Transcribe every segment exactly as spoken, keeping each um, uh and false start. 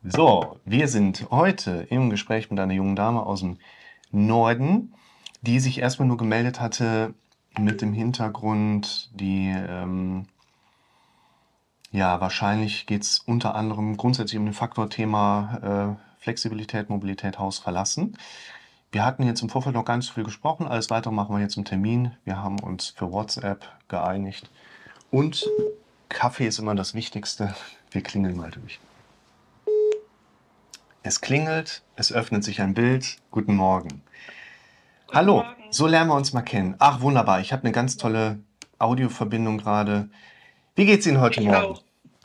So, wir sind heute im Gespräch mit einer jungen Dame aus dem Norden, die sich erstmal nur gemeldet hatte mit dem Hintergrund, die, ähm, ja, wahrscheinlich geht es unter anderem grundsätzlich um den Faktorthema äh, Flexibilität, Mobilität, Haus verlassen. Wir hatten jetzt im Vorfeld noch gar nicht so viel gesprochen, alles weitere machen wir jetzt im Termin. Wir haben uns für WhatsApp geeinigt und Kaffee ist immer das Wichtigste. Wir klingeln mal durch. Es klingelt, es öffnet sich ein Bild. Guten Morgen. Hallo, Morgen. so lernen wir uns mal kennen. Ach, wunderbar, ich habe eine ganz tolle Audioverbindung gerade. Wie geht's Ihnen heute Ich Morgen? auch.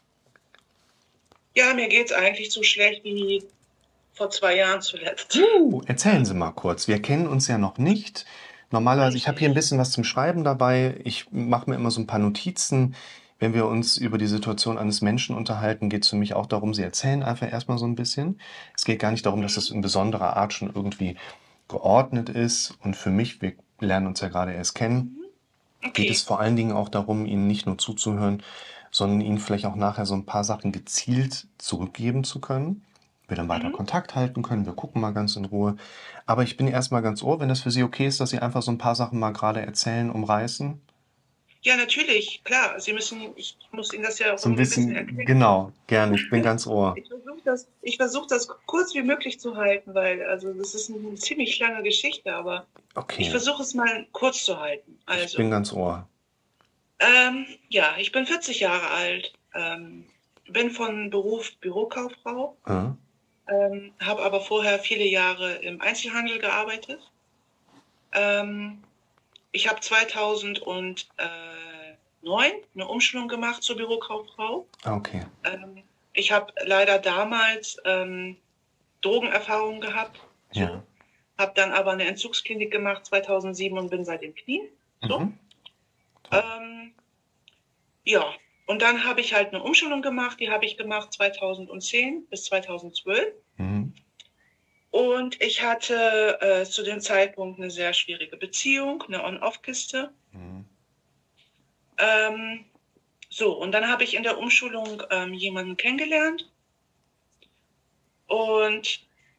Ja, mir geht's eigentlich so schlecht wie vor zwei Jahren zuletzt. Uh, erzählen Sie mal kurz. Wir kennen uns ja noch nicht. Normalerweise, ich habe hier ein bisschen was zum Schreiben dabei. Ich mache mir immer so ein paar Notizen. Wenn wir uns über die Situation eines Menschen unterhalten, geht es für mich auch darum, Sie erzählen einfach erstmal so ein bisschen. Es geht gar nicht darum, dass das in besonderer Art schon irgendwie geordnet ist. Und für mich, wir lernen uns ja gerade erst kennen, geht Okay. es vor allen Dingen auch darum, Ihnen nicht nur zuzuhören, sondern Ihnen vielleicht auch nachher so ein paar Sachen gezielt zurückgeben zu können. Wir dann weiter Mhm. Kontakt halten können, wir gucken mal ganz in Ruhe. Aber ich bin erstmal ganz ohr, wenn das für Sie okay ist, dass Sie einfach so ein paar Sachen mal gerade erzählen, umreißen. Ja, natürlich, klar. Sie müssen, ich muss Ihnen das ja auch So ein irgendwie ein bisschen bisschen, erklären. genau, gerne, ich bin ganz ohr. Ich versuche das, ich versuche das kurz wie möglich zu halten, weil also das ist eine ziemlich lange Geschichte, aber ich Okay, versuche es mal kurz zu halten. ich Also, bin ganz ohr. ähm, ja, ich bin vierzig Jahre alt, ähm, bin von Beruf Bürokauffrau, Äh? ähm, habe aber vorher viele Jahre im Einzelhandel gearbeitet. Ähm, ich habe zweitausendneun eine Umschulung gemacht zur Bürokauffrau. Okay, Ähm, ich habe leider damals ähm, Drogenerfahrungen gehabt. So. ja. Habe dann aber eine Entzugsklinik gemacht zweitausendsieben und bin seitdem clean. So. Mhm. Toll. Ähm, ja, und dann habe ich halt eine Umschulung gemacht. Die habe ich gemacht zweitausendzehn bis zweitausendzwölf. Mhm. Und ich hatte äh, zu dem Zeitpunkt eine sehr schwierige Beziehung, eine On-Off-Kiste. Mhm. Ähm, so, und dann habe ich in der Umschulung ähm, jemanden kennengelernt. Und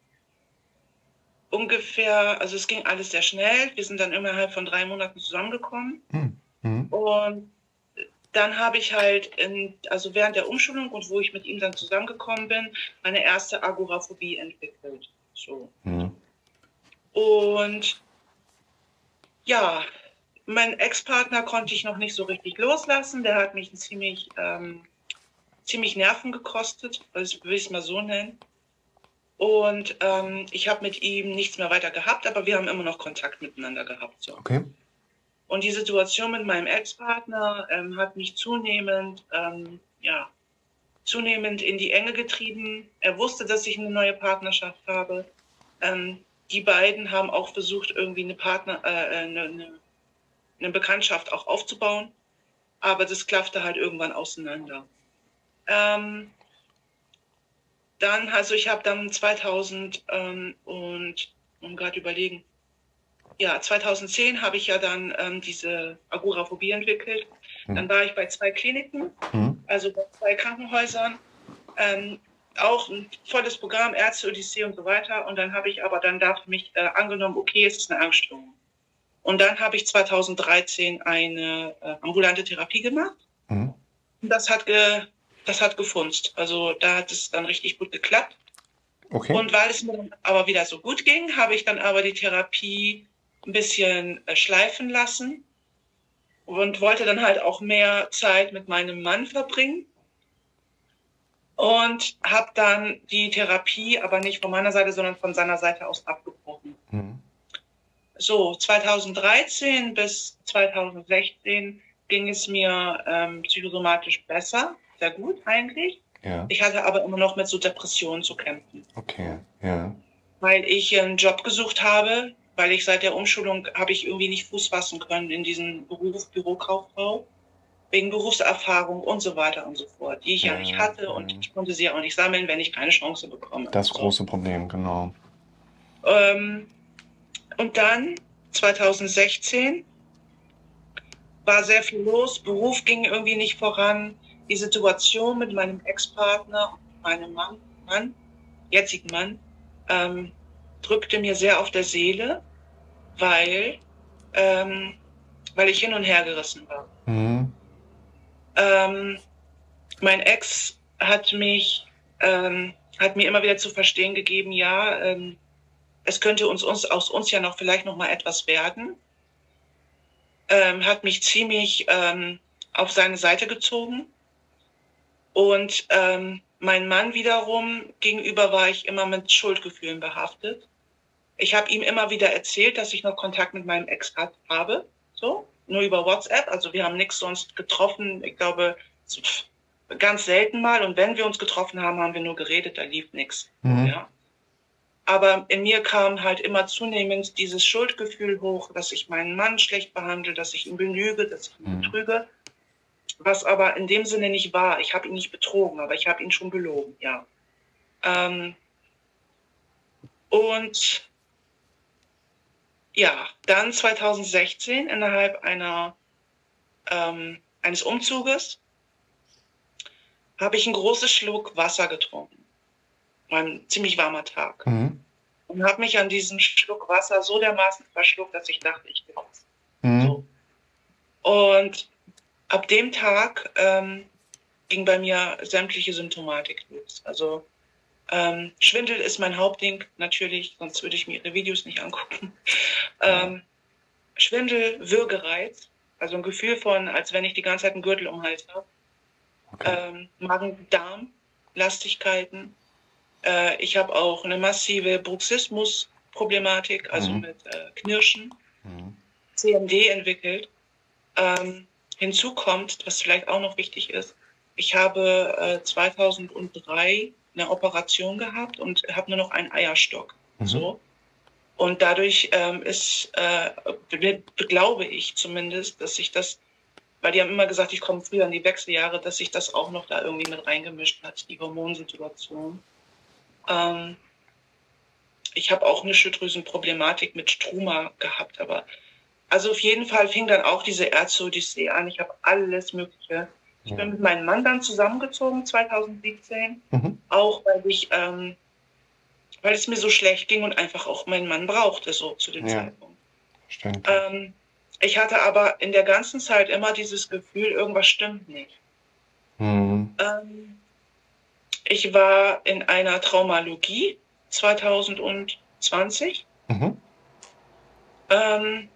ungefähr, also es ging alles sehr schnell. Wir sind dann innerhalb von drei Monaten zusammengekommen. Mhm. Mhm. Und dann habe ich halt, in, also während der Umschulung und wo ich mit ihm dann zusammengekommen bin, meine erste Agoraphobie entwickelt. So. Mhm. Und ja, mein Ex-Partner konnte ich noch nicht so richtig loslassen. Der hat mich ziemlich, ähm, ziemlich Nerven gekostet, also will ich es mal so nennen. Und ähm, ich habe mit ihm nichts mehr weiter gehabt, aber wir haben immer noch Kontakt miteinander gehabt. So. Okay. Und die Situation mit meinem Ex-Partner ähm, hat mich zunehmend, ähm, ja, zunehmend in die Enge getrieben. Er wusste, dass ich eine neue Partnerschaft habe. Ähm, die beiden haben auch versucht, irgendwie eine Partner, äh, eine, eine, eine Bekanntschaft auch aufzubauen, aber das klaffte halt irgendwann auseinander. Ähm, dann, also ich habe dann zweitausend ähm, und, um gerade überlegen, ja, zweitausendzehn habe ich ja dann ähm, diese Agoraphobie entwickelt. Mhm. Dann war ich bei zwei Kliniken, Mhm. also bei zwei Krankenhäusern, ähm, auch ein volles Programm, Ärzte, Odyssee und so weiter. Und dann habe ich aber dann da für mich äh, angenommen, okay, es ist eine Angststörung. Und dann habe ich zweitausenddreizehn eine äh, ambulante Therapie gemacht. Mhm. Und das hat, ge, das hat gefunzt. Also da hat es dann richtig gut geklappt. Okay. Und weil es mir dann aber wieder so gut ging, habe ich dann aber die Therapie ein bisschen äh, schleifen lassen und wollte dann halt auch mehr Zeit mit meinem Mann verbringen. Und habe dann die Therapie aber nicht von meiner Seite, sondern von seiner Seite aus abgebrochen. Mhm. So, zweitausenddreizehn bis zweitausendsechzehn ging es mir ähm, psychosomatisch besser, sehr gut eigentlich. Ja. Ich hatte aber immer noch mit so Depressionen zu kämpfen. Okay. Ja. Weil ich einen Job gesucht habe, weil ich seit der Umschulung habe ich irgendwie nicht Fuß fassen können in diesem Beruf Bürokauffrau, wegen Berufserfahrung und so weiter und so fort, die ich ja, Ja, nicht hatte ja. und ich konnte sie ja auch nicht sammeln, wenn ich keine Chance bekomme. Das So. große Problem, genau. Ähm, und dann zweitausendsechzehn war sehr viel los, Beruf ging irgendwie nicht voran, die Situation mit meinem Ex-Partner und meinem Mann, Mann jetzigen Mann, ähm, drückte mir sehr auf der Seele, weil, ähm, weil ich hin und her gerissen war. Mhm. Ähm, mein Ex hat mich, ähm, hat mir immer wieder zu verstehen gegeben, ja, ähm, es könnte uns, uns aus uns ja noch vielleicht noch mal etwas werden. Ähm, hat mich ziemlich ähm, auf seine Seite gezogen. Und ähm, mein Mann wiederum gegenüber war ich immer mit Schuldgefühlen behaftet. Ich habe ihm immer wieder erzählt, dass ich noch Kontakt mit meinem Ex habe, so, nur über WhatsApp. Also wir haben nichts sonst getroffen. Ich glaube, ganz selten mal. Und wenn wir uns getroffen haben, haben wir nur geredet, da lief nichts. Mhm. Ja. Aber in mir kam halt immer zunehmend dieses Schuldgefühl hoch, dass ich meinen Mann schlecht behandle, dass ich ihn belüge, dass ich ihn Mhm. betrüge. Was aber in dem Sinne nicht war. Ich habe ihn nicht betrogen, aber ich habe ihn schon belogen, ja. Ähm, und ja, dann zweitausendsechzehn innerhalb einer, ähm, eines Umzuges habe ich einen großen Schluck Wasser getrunken. War ein ziemlich warmer Tag. Mhm. Und habe mich an diesem Schluck Wasser so dermaßen verschluckt, dass ich dachte, ich bin raus. Mhm. So. Und ab dem Tag ähm, ging bei mir sämtliche Symptomatik los. Also ähm, Schwindel ist mein Hauptding, natürlich, sonst würde ich mir ihre Videos nicht angucken. Ähm, Schwindel, Würgereiz, also ein Gefühl von, als wenn ich die ganze Zeit einen Gürtel um den Hals habe. Okay. Ähm, Magen-Darm, Lastigkeiten. Äh, ich habe auch eine massive Bruxismus-Problematik, also Mhm. mit äh, Knirschen, Mhm. C M D entwickelt. Ähm, hinzu kommt, was vielleicht auch noch wichtig ist, ich habe äh, zweitausenddrei eine Operation gehabt und habe nur noch einen Eierstock. Mhm. So. Und dadurch ähm, ist, äh, glaube ich zumindest, dass sich das, weil die haben immer gesagt, ich komme früher in die Wechseljahre, dass sich das auch noch da irgendwie mit reingemischt hat, die Hormonsituation. Ähm, ich habe auch eine Schilddrüsenproblematik mit Struma gehabt, aber also auf jeden Fall fing dann auch diese Ärzte-Odyssee an. Ich habe alles Mögliche. Ich Ja. bin mit meinem Mann dann zusammengezogen zweitausendsiebzehn, Mhm. auch weil ich, ähm, weil es mir so schlecht ging und einfach auch meinen Mann brauchte, so zu dem Ja. Zeitpunkt. Verständlich. Ähm, ich hatte aber in der ganzen Zeit immer dieses Gefühl, irgendwas stimmt nicht. Mhm. Ähm, ich war in einer Traumalogie zweitausendzwanzig. Mhm. Ähm,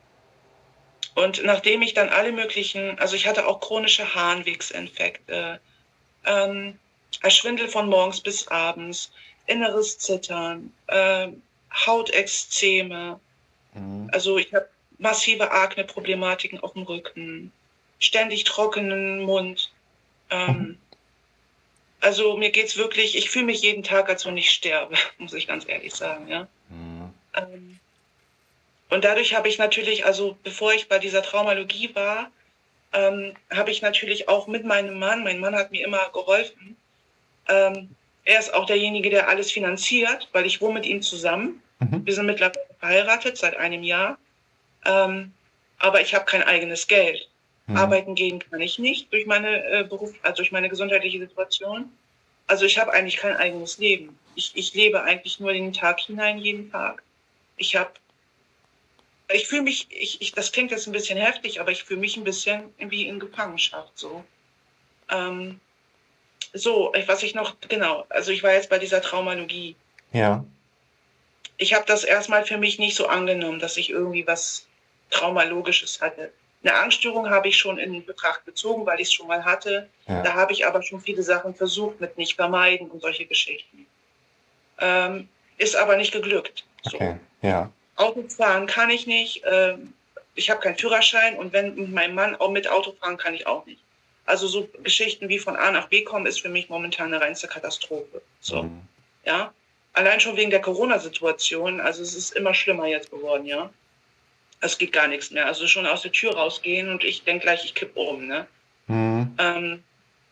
und nachdem ich dann alle möglichen, also ich hatte auch chronische Harnwegsinfekte, ähm, Schwindel von morgens bis abends, inneres Zittern, äh, Hautexzeme. Mhm. Also ich habe massive Akne-Problematiken auf dem Rücken, ständig trockenen Mund. Ähm, Mhm. also mir geht's wirklich, ich fühle mich jeden Tag, als wenn ich sterbe, muss ich ganz ehrlich sagen. Ja. Mhm. Ähm, und dadurch habe ich natürlich, also bevor ich bei dieser Traumalogie war, ähm, habe ich natürlich auch mit meinem Mann, mein Mann hat mir immer geholfen. Ähm, er ist auch derjenige, der alles finanziert, weil ich wohne mit ihm zusammen. Mhm. Wir sind mittlerweile verheiratet seit einem Jahr. Ähm, aber ich habe kein eigenes Geld. Mhm. Arbeiten gehen kann ich nicht durch meine äh, Beruf, also durch meine gesundheitliche Situation. Also ich habe eigentlich kein eigenes Leben. Ich, ich lebe eigentlich nur in den Tag hinein, jeden Tag. Ich habe, ich fühle mich, ich, ich, das klingt jetzt ein bisschen heftig, aber ich fühle mich ein bisschen wie in Gefangenschaft so. Ähm, so, was ich noch, genau, also ich war jetzt bei dieser Traumalogie. Ja. Ich habe das erstmal für mich nicht so angenommen, dass ich irgendwie was Traumalogisches hatte. Eine Angststörung habe ich schon in Betracht gezogen, weil ich es schon mal hatte. Ja. Da habe ich aber schon viele Sachen versucht mit nicht vermeiden und solche Geschichten. Ähm, ist aber nicht geglückt. So. Okay. Ja. Autofahren kann ich nicht. Ähm, ich habe keinen Führerschein und wenn mit meinem Mann auch mit Autofahren kann ich auch nicht. Also so Geschichten wie von A nach B kommen ist für mich momentan eine reinste Katastrophe. So, Mhm. ja. Allein schon wegen der Corona-Situation, also es ist immer schlimmer jetzt geworden, ja. Es geht gar nichts mehr. Also schon aus der Tür rausgehen und ich denke gleich, ich kippe um, ne. Mhm. Ähm,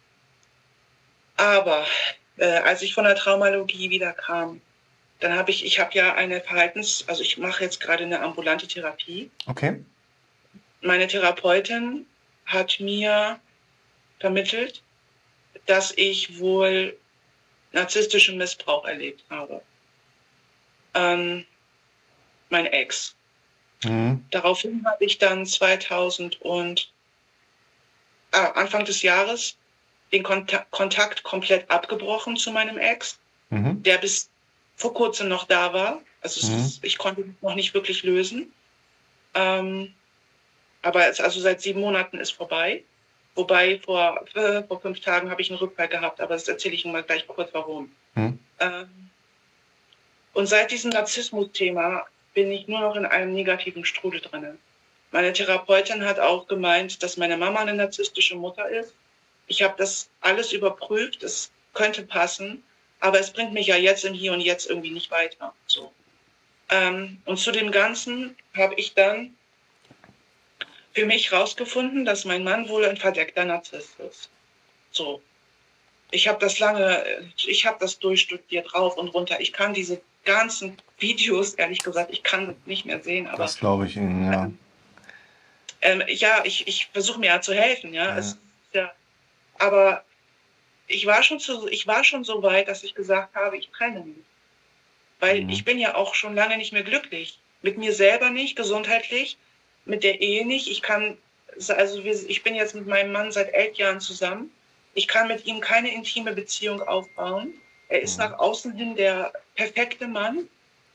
aber äh, als ich von der Traumalogie wieder kam, dann habe ich, ich habe ja eine Verhaltens-, also ich mache jetzt gerade eine ambulante Therapie. Okay. Meine Therapeutin hat mir vermittelt, dass ich wohl narzisstischen Missbrauch erlebt habe. Ähm, mein Ex. Mhm. Daraufhin habe ich dann zweitausend und äh, Anfang des Jahres den Kontakt, Kontakt komplett abgebrochen zu meinem Ex, Mhm. der bis vor kurzem noch da war. Also es Mhm. ist, ich konnte ihn noch nicht wirklich lösen. Ähm, aber es, also seit sieben Monaten ist vorbei. Wobei vor, äh, vor fünf Tagen habe ich einen Rückfall gehabt, aber das erzähle ich Ihnen mal gleich kurz warum. Mhm. Ähm, und seit diesem Narzissmus-Thema bin ich nur noch in einem negativen Strudel drin. Meine Therapeutin hat auch gemeint, dass meine Mama eine narzisstische Mutter ist. Ich habe das alles überprüft, es könnte passen, aber es bringt mich ja jetzt im Hier und Jetzt irgendwie nicht weiter. So. Ähm, und zu dem Ganzen habe ich dann für mich rausgefunden, dass mein Mann wohl ein verdeckter Narzisst ist. So. Ich habe das lange, ich habe das durchstudiert, rauf und runter. Ich kann diese ganzen Videos, ehrlich gesagt, ich kann das nicht mehr sehen, aber Das glaube ich Ihnen, ja. ähm, ähm, ja, ich, ich versuche mir ja zu helfen, ja. Ja. Es, ja. Aber ich war schon zu, ich war schon so weit, dass ich gesagt habe, ich trenne mich. Weil Mhm. ich bin ja auch schon lange nicht mehr glücklich. Mit mir selber nicht, gesundheitlich, mit der Ehe nicht. Ich kann, also wir, ich bin jetzt mit meinem Mann seit elf Jahren zusammen. Ich kann mit ihm keine intime Beziehung aufbauen. Er ist Mhm. nach außen hin der perfekte Mann.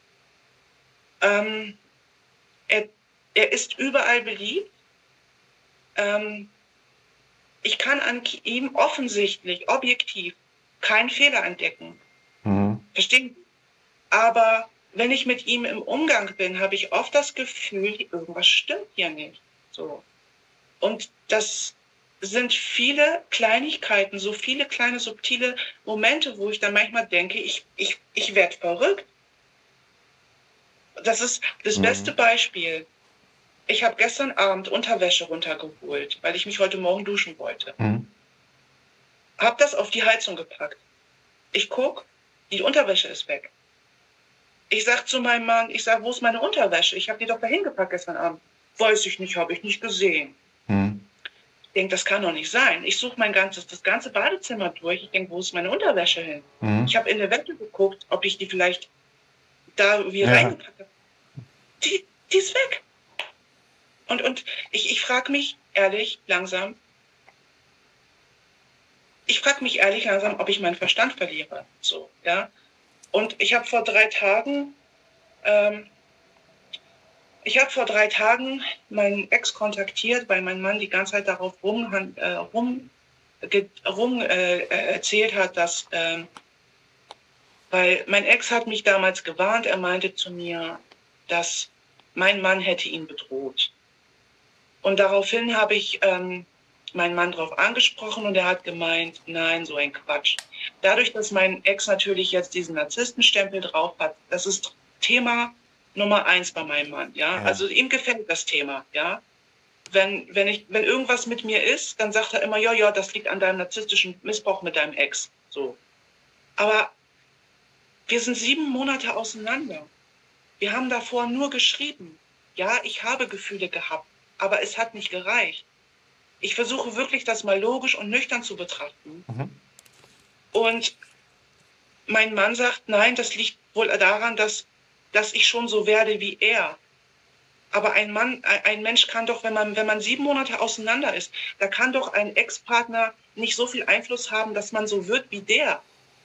Ähm, er, er ist überall beliebt. Ähm, ich kann an ihm offensichtlich, objektiv, keinen Fehler entdecken. Mhm. Verstehen? Aber wenn ich mit ihm im Umgang bin, habe ich oft das Gefühl, irgendwas stimmt hier nicht. So. Und das sind viele Kleinigkeiten, so viele kleine subtile Momente, wo ich dann manchmal denke, ich, ich, ich werde verrückt. Das ist das Mhm. beste Beispiel. Ich habe gestern Abend Unterwäsche runtergeholt, weil ich mich heute Morgen duschen wollte. Mhm. Hab das auf die Heizung gepackt. Ich guck, die Unterwäsche ist weg. Ich sag zu meinem Mann, ich sag, wo ist meine Unterwäsche? Ich habe die doch dahin gepackt gestern Abend. Weiß ich nicht, habe ich nicht gesehen. Mhm. Ich denke, das kann doch nicht sein. Ich suche mein ganzes, das ganze Badezimmer durch. Ich denke, wo ist meine Unterwäsche hin? Mhm. Ich habe in der Wette geguckt, ob ich die vielleicht da wie Ja. reingepackt habe. Die, die ist weg. Und, und ich, ich frage mich ehrlich langsam, ich frage mich ehrlich langsam, ob ich meinen Verstand verliere. So, ja. Und ich habe vor drei Tagen, ähm, ich habe vor drei Tagen meinen Ex kontaktiert, weil mein Mann die ganze Zeit darauf rum, äh, rum, ge, rum äh, erzählt hat, dass, äh, weil mein Ex hat mich damals gewarnt, er meinte zu mir, dass mein Mann hätte ihn bedroht. Und daraufhin habe ich ähm, meinen Mann darauf angesprochen und er hat gemeint, nein, so ein Quatsch. Dadurch, dass mein Ex natürlich jetzt diesen Narzisstenstempel drauf hat, das ist Thema Nummer eins bei meinem Mann, ja. Ja. Also ihm gefällt das Thema, ja. Wenn, wenn, ich, wenn irgendwas mit mir ist, dann sagt er immer, ja, ja, das liegt an deinem narzisstischen Missbrauch mit deinem Ex, so. Aber wir sind sieben Monate auseinander. Wir haben davor nur geschrieben. Ja, ich habe Gefühle gehabt, aber es hat nicht gereicht. Ich versuche wirklich, das mal logisch und nüchtern zu betrachten. Mhm. Und mein Mann sagt, nein, das liegt wohl daran, dass, dass ich schon so werde wie er. Aber ein Mann, ein Mensch kann doch, wenn man, wenn man sieben Monate auseinander ist, da kann doch ein Ex-Partner nicht so viel Einfluss haben, dass man so wird wie der.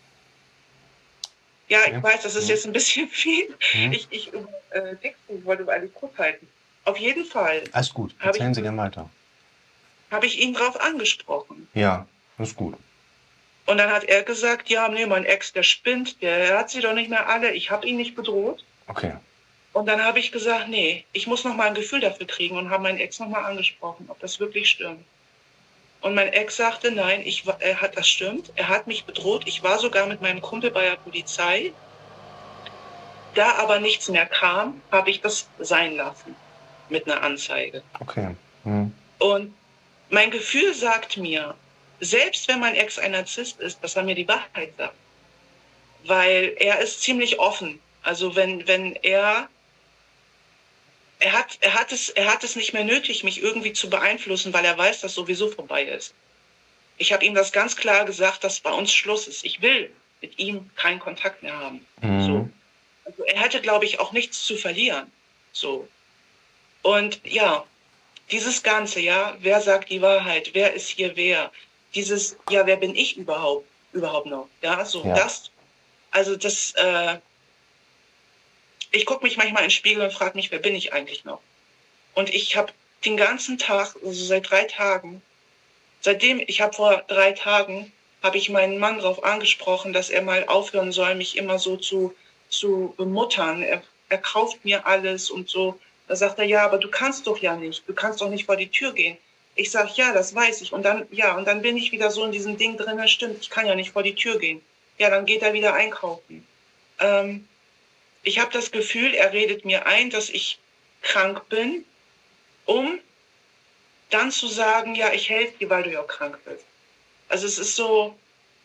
Ja, ich Okay. weiß, das ist Mhm. jetzt ein bisschen viel. Mhm. Ich, ich äh, ich wollte eigentlich kurz halten. Auf jeden Fall Alles gut, Hab erzählen ich- Sie gerne weiter. habe ich ihn drauf angesprochen. Ja, das ist gut. Und dann hat er gesagt, ja, nee, mein Ex, der spinnt, der hat sie doch nicht mehr alle, ich habe ihn nicht bedroht. Okay. Und dann habe ich gesagt, nee, ich muss noch mal ein Gefühl dafür kriegen und habe meinen Ex noch mal angesprochen, ob das wirklich stimmt. Und mein Ex sagte, nein, ich, wa- er hat, das stimmt, er hat mich bedroht. Ich war sogar mit meinem Kumpel bei der Polizei. Da aber nichts mehr kam, habe ich das sein lassen mit einer Anzeige. Okay. Mhm. Und mein Gefühl sagt mir, selbst wenn mein Ex ein Narzisst ist, dass er mir die Wahrheit sagt. Weil er ist ziemlich offen. Also wenn, wenn er, er hat, er hat es, er hat es nicht mehr nötig, mich irgendwie zu beeinflussen, weil er weiß, dass sowieso vorbei ist. Ich habe ihm das ganz klar gesagt, dass bei uns Schluss ist. Ich will mit ihm keinen Kontakt mehr haben. Mhm. So. Also er hätte, glaube ich, auch nichts zu verlieren. So. Und ja, dieses Ganze, ja, wer sagt die Wahrheit, wer ist hier wer? Dieses, ja, wer bin ich überhaupt, überhaupt noch? Ja, so Ja. das, also das, äh, ich gucke mich manchmal in den Spiegel und frage mich, wer bin ich eigentlich noch? Und ich habe den ganzen Tag, also seit drei Tagen, seitdem, ich habe vor drei Tagen, habe ich meinen Mann darauf angesprochen, dass er mal aufhören soll, mich immer so zu, zu bemuttern. Er, er kauft mir alles und so. Da sagt er, ja, aber du kannst doch ja nicht. Du kannst doch nicht vor die Tür gehen. Ich sage, ja, das weiß ich. Und dann, ja, und dann bin ich wieder so in diesem Ding drin, das stimmt, ich kann ja nicht vor die Tür gehen. Ja, dann geht er wieder einkaufen. Ähm, ich habe das Gefühl, er redet mir ein, dass ich krank bin, um dann zu sagen, ja, ich helfe dir, weil du ja krank bist. Also es ist so,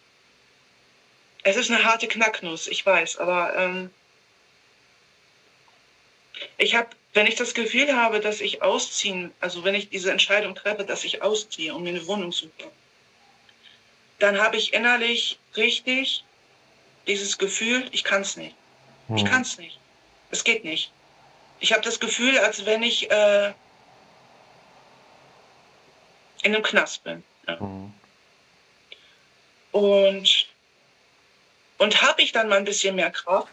es ist eine harte Knacknuss, ich weiß, aber ähm, ich habe, wenn ich das Gefühl habe, dass ich ausziehen, also wenn ich diese Entscheidung treffe, dass ich ausziehe und mir eine Wohnung suche, dann habe ich innerlich richtig dieses Gefühl, ich kann es nicht. Ich Mhm. kann es nicht. Es geht nicht. Ich habe das Gefühl, als wenn ich äh, in einem Knast bin. Ja. Mhm. Und, und habe ich dann mal ein bisschen mehr Kraft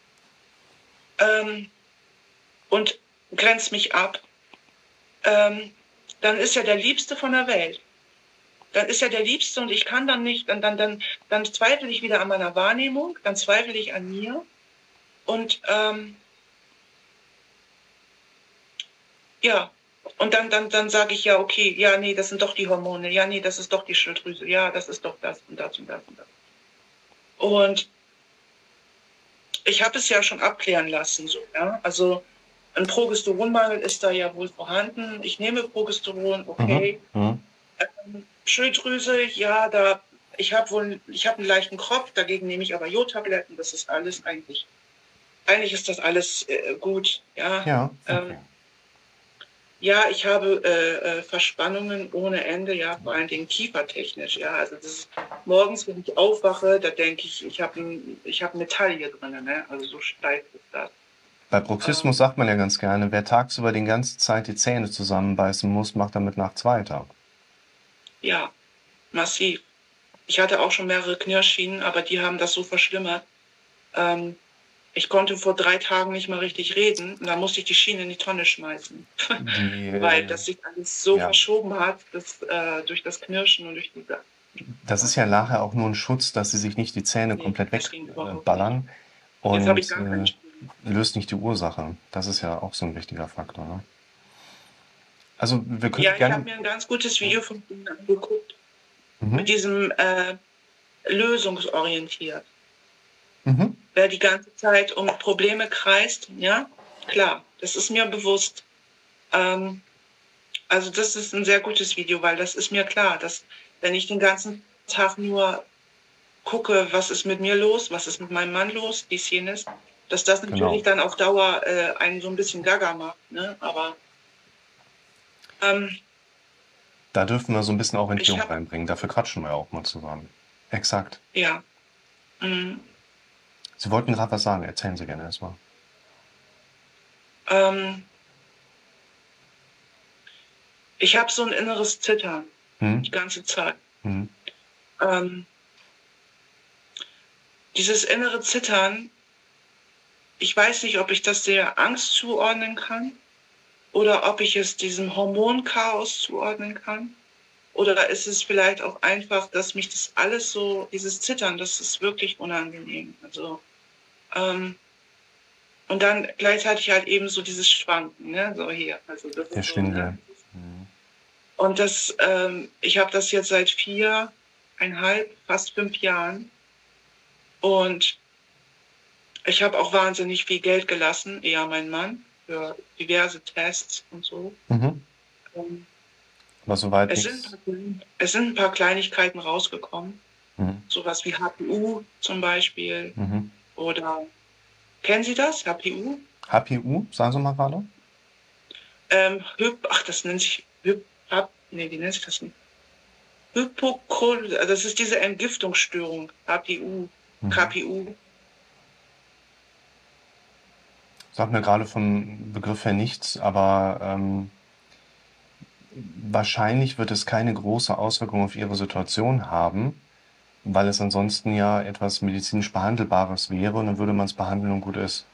ähm, und grenzt mich ab, ähm, dann ist er der Liebste von der Welt. Dann ist er der Liebste und ich kann dann nicht, dann, dann, dann, dann zweifle ich wieder an meiner Wahrnehmung, dann zweifle ich an mir und ähm, ja, und dann, dann, dann sage ich ja, okay, ja, nee, das sind doch die Hormone, ja, nee, das ist doch die Schilddrüse, ja, das ist doch das und das und das und das. Und ich habe es ja schon abklären lassen, so, ja, also ein Progesteronmangel ist da ja wohl vorhanden. Ich nehme Progesteron, okay. Mhm. Mhm. Ähm, Schilddrüse, ja, da, ich habe wohl, ich habe einen leichten Kopf, dagegen nehme ich aber Jodtabletten, das ist alles eigentlich, eigentlich ist das alles äh, gut, ja. Ja, okay. Ähm, ja, ich habe äh, äh, Verspannungen ohne Ende, ja, vor allen Dingen kiefertechnisch, ja. Also das ist, morgens, wenn ich aufwache, da denke ich, ich habe ein, ich hab Metall hier drin, ne? Also so steif ist das. Bei Bruxismus sagt man ja ganz gerne, wer tagsüber die ganze Zeit die Zähne zusammenbeißen muss, macht damit nachts weiter. Ja, massiv. Ich hatte auch schon mehrere Knirschschienen, aber die haben das so verschlimmert. Ähm, ich konnte vor drei Tagen nicht mal richtig reden und da musste ich die Schiene in die Tonne schmeißen, Die, weil äh, das sich alles so ja. verschoben hat, dass, äh, durch das Knirschen und durch die... Das ist ja nachher auch nur ein Schutz, dass sie sich nicht die Zähne Nee, komplett das ging überhaupt wegballern Jetzt habe ich und gar keinen äh, Schienen. löst nicht die Ursache. Das ist ja auch so ein wichtiger Faktor. Ne? Also wir können Ja, ich habe gerne... mir ein ganz gutes Video von Ihnen angeguckt, mit Mhm. diesem äh, lösungsorientiert. Mhm. Wer die ganze Zeit um Probleme kreist, ja, klar, das ist mir bewusst. Ähm, also das ist ein sehr gutes Video, weil das ist mir klar, dass wenn ich den ganzen Tag nur gucke, was ist mit mir los, was ist mit meinem Mann los, dies, jenes, dass das Genau. natürlich dann auf Dauer äh, einen so ein bisschen gaga macht, ne? Aber ähm, Da dürfen wir so ein bisschen Orientierung Ich hab- reinbringen. Dafür quatschen wir auch mal zusammen. Exakt. ja, mm, Sie wollten gerade was sagen. Erzählen Sie gerne erstmal. ähm, ich habe so ein inneres Zittern Hm? die ganze Zeit. Hm? Ähm, dieses innere Zittern, ich weiß nicht, ob ich das der Angst zuordnen kann oder ob ich es diesem Hormonchaos zuordnen kann. Oder ist es vielleicht auch einfach, dass mich das alles so, dieses Zittern, das ist wirklich unangenehm. Also, ähm, und dann gleichzeitig halt eben so dieses Schwanken, ne? So hier. Also das Der ist so, Schwindel. ne? Hm. Und das, ähm, ich habe das jetzt seit viereinhalb, fast fünf Jahren. Und ich habe auch wahnsinnig viel Geld gelassen, eher mein Mann, für diverse Tests und so. Mhm. Ähm, Aber soweit es, nichts. sind, es sind ein paar Kleinigkeiten rausgekommen, Mhm. sowas wie H P U zum Beispiel. Mhm. Oder, kennen Sie das, H P U? H P U, sagen Sie mal gerade. Ähm, Hyp, ach, das nennt sich Hyp, Hap, nee, wie nennt sich das nicht? Hypokol, das ist diese Entgiftungsstörung, H P U. K P U. Sagt mir gerade vom Begriff her nichts, aber ähm, wahrscheinlich wird es keine große Auswirkung auf Ihre Situation haben, weil es ansonsten ja etwas medizinisch Behandelbares wäre und dann würde man es behandeln und gut ist.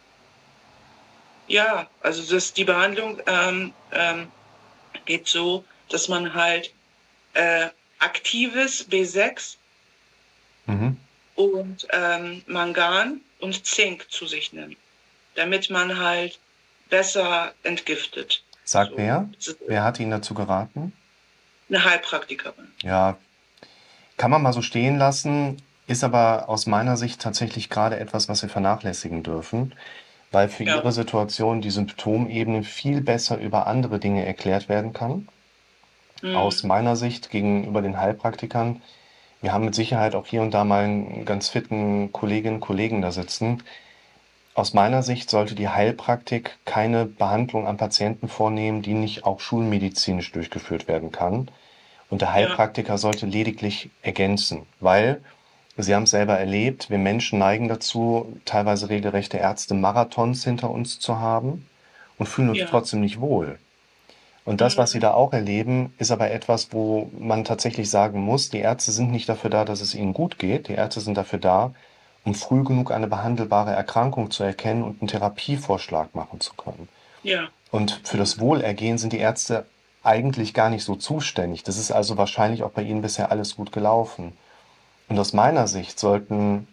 Ja, also das, die Behandlung ähm, ähm, geht so, dass man halt äh, aktives B sechs Mhm. und ähm, Mangan und Zink zu sich nimmt, damit man halt besser entgiftet. Sagt So, wer? das ist Wer hat Ihnen dazu geraten? eine Heilpraktikerin. Ja, kann man mal so stehen lassen, ist aber aus meiner Sicht tatsächlich gerade etwas, was wir vernachlässigen dürfen, weil für Ja. Ihre Situation die Symptomebene viel besser über andere Dinge erklärt werden kann. Mhm. Aus meiner Sicht gegenüber den Heilpraktikern, wir haben mit Sicherheit auch hier und da mal einen ganz fitten Kolleginnen und Kollegen da sitzen. Aus meiner Sicht sollte die Heilpraktik keine Behandlung an Patienten vornehmen, die nicht auch schulmedizinisch durchgeführt werden kann. Und der Heilpraktiker sollte lediglich ergänzen, weil, Sie haben es selber erlebt, wir Menschen neigen dazu, teilweise regelrechte Ärzte-Marathons hinter uns zu haben und fühlen uns Ja. trotzdem nicht wohl. Und das, was Sie Mhm. da auch erleben, ist aber etwas, wo man tatsächlich sagen muss, die Ärzte sind nicht dafür da, dass es ihnen gut geht. Die Ärzte sind dafür da, um früh genug eine behandelbare Erkrankung zu erkennen und einen Therapievorschlag machen zu können. Ja. Und für das Wohlergehen sind die Ärzte eigentlich gar nicht so zuständig. Das ist also wahrscheinlich auch bei Ihnen bisher alles gut gelaufen. Und aus meiner Sicht sollten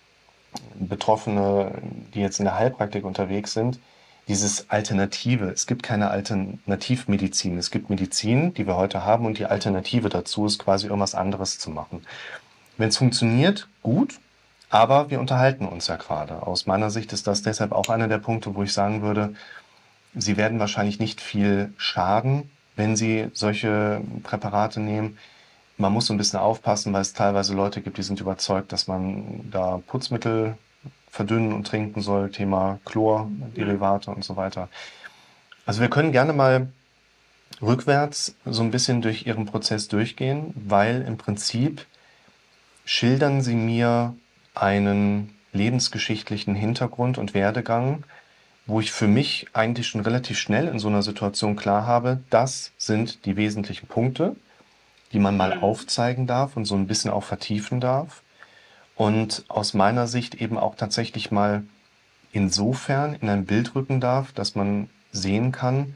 Betroffene, die jetzt in der Heilpraktik unterwegs sind, dieses Alternative. Es gibt keine Alternativmedizin. Es gibt Medizin, die wir heute haben, und die Alternative dazu ist quasi irgendwas anderes zu machen. Wenn es funktioniert, gut, aber wir unterhalten uns ja gerade. Aus meiner Sicht ist das deshalb auch einer der Punkte, wo ich sagen würde, Sie werden wahrscheinlich nicht viel schaden, wenn Sie solche Präparate nehmen. Man muss so ein bisschen aufpassen, weil es teilweise Leute gibt, die sind überzeugt, dass man da Putzmittel verdünnen und trinken soll, Thema Chlor, Derivate und so weiter. Also wir können gerne mal rückwärts so ein bisschen durch Ihren Prozess durchgehen, weil im Prinzip schildern Sie mir einen lebensgeschichtlichen Hintergrund und Werdegang, wo ich für mich eigentlich schon relativ schnell in so einer Situation klar habe, das sind die wesentlichen Punkte, die man mal Mhm. aufzeigen darf und so ein bisschen auch vertiefen darf. Und aus meiner Sicht eben auch tatsächlich mal insofern in ein Bild rücken darf, dass man sehen kann,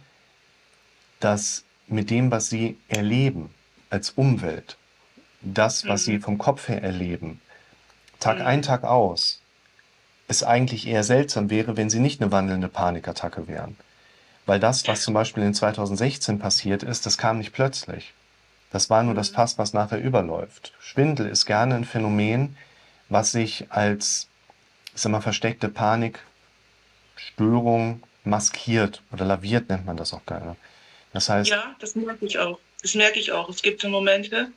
dass mit dem, was Sie erleben als Umwelt, das, was Sie Mhm. vom Kopf her erleben, Tag Mhm. ein, Tag aus, es eigentlich eher seltsam wäre, wenn Sie nicht eine wandelnde Panikattacke wären. Weil das, was zum Beispiel in zweitausendsechzehn passiert ist, das kam nicht plötzlich. Das war nur das Mhm. Fass, was nachher überläuft. Schwindel ist gerne ein Phänomen, was sich als, ich sag mal, versteckte Panikstörung maskiert oder laviert, nennt man das auch gerne. Das heißt, Ja, das merke ich auch. Das merke ich auch. Es gibt so Momente,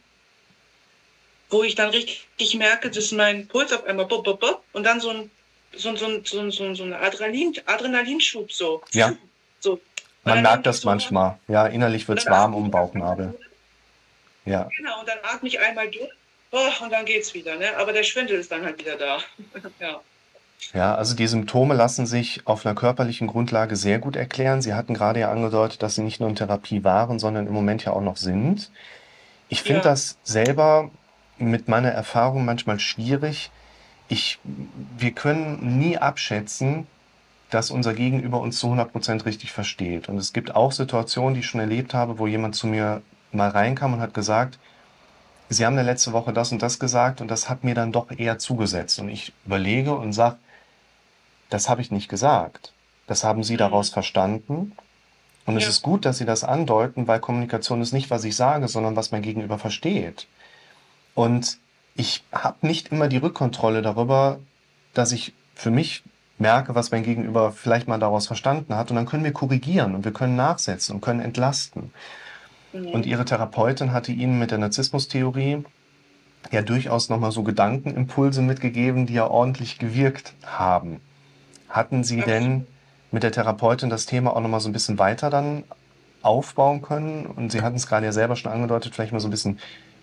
wo ich dann richtig merke, dass mein Puls auf einmal bup, bup, bup, und dann so ein so ein, so ein, so ein, so ein, so ein Adrenalin, Adrenalinschub so. ja, so. Und man dann merkt denke ich das so, manchmal. Ja, innerlich und wird's dann warm atme um den ich einmal Bauchnabel. durch. Ja, Genau, und dann atme ich einmal durch. Oh, und dann geht's wieder, ne? Aber der Schwindel ist dann halt wieder da. Ja. ja, also die Symptome lassen sich auf einer körperlichen Grundlage sehr gut erklären. Sie hatten gerade ja angedeutet, dass Sie nicht nur in Therapie waren, sondern im Moment ja auch noch sind. Ich finde Ja. das selber mit meiner Erfahrung manchmal schwierig. Ich, wir können nie abschätzen, dass unser Gegenüber uns zu hundert Prozent richtig versteht. Und es gibt auch Situationen, die ich schon erlebt habe, wo jemand zu mir mal reinkam und hat gesagt, Sie haben ja letzte Woche das und das gesagt und das hat mir dann doch eher zugesetzt. Und ich überlege und sage, das habe ich nicht gesagt. Das haben Sie daraus Mhm. verstanden. Und es Ja. ist gut, dass Sie das andeuten, weil Kommunikation ist nicht, was ich sage, sondern was mein Gegenüber versteht. Und ich habe nicht immer die Rückkontrolle darüber, dass ich für mich merke, was mein Gegenüber vielleicht mal daraus verstanden hat. Und dann können wir korrigieren und wir können nachsetzen und können entlasten. Mhm. Und Ihre Therapeutin hatte Ihnen mit der Narzissmus-Theorie ja durchaus nochmal so Gedankenimpulse mitgegeben, die ja ordentlich gewirkt haben. Hatten Sie denn mit der Therapeutin das Thema auch nochmal so ein bisschen weiter dann aufbauen können? Und Sie hatten es gerade ja selber schon angedeutet, vielleicht mal so ein bisschen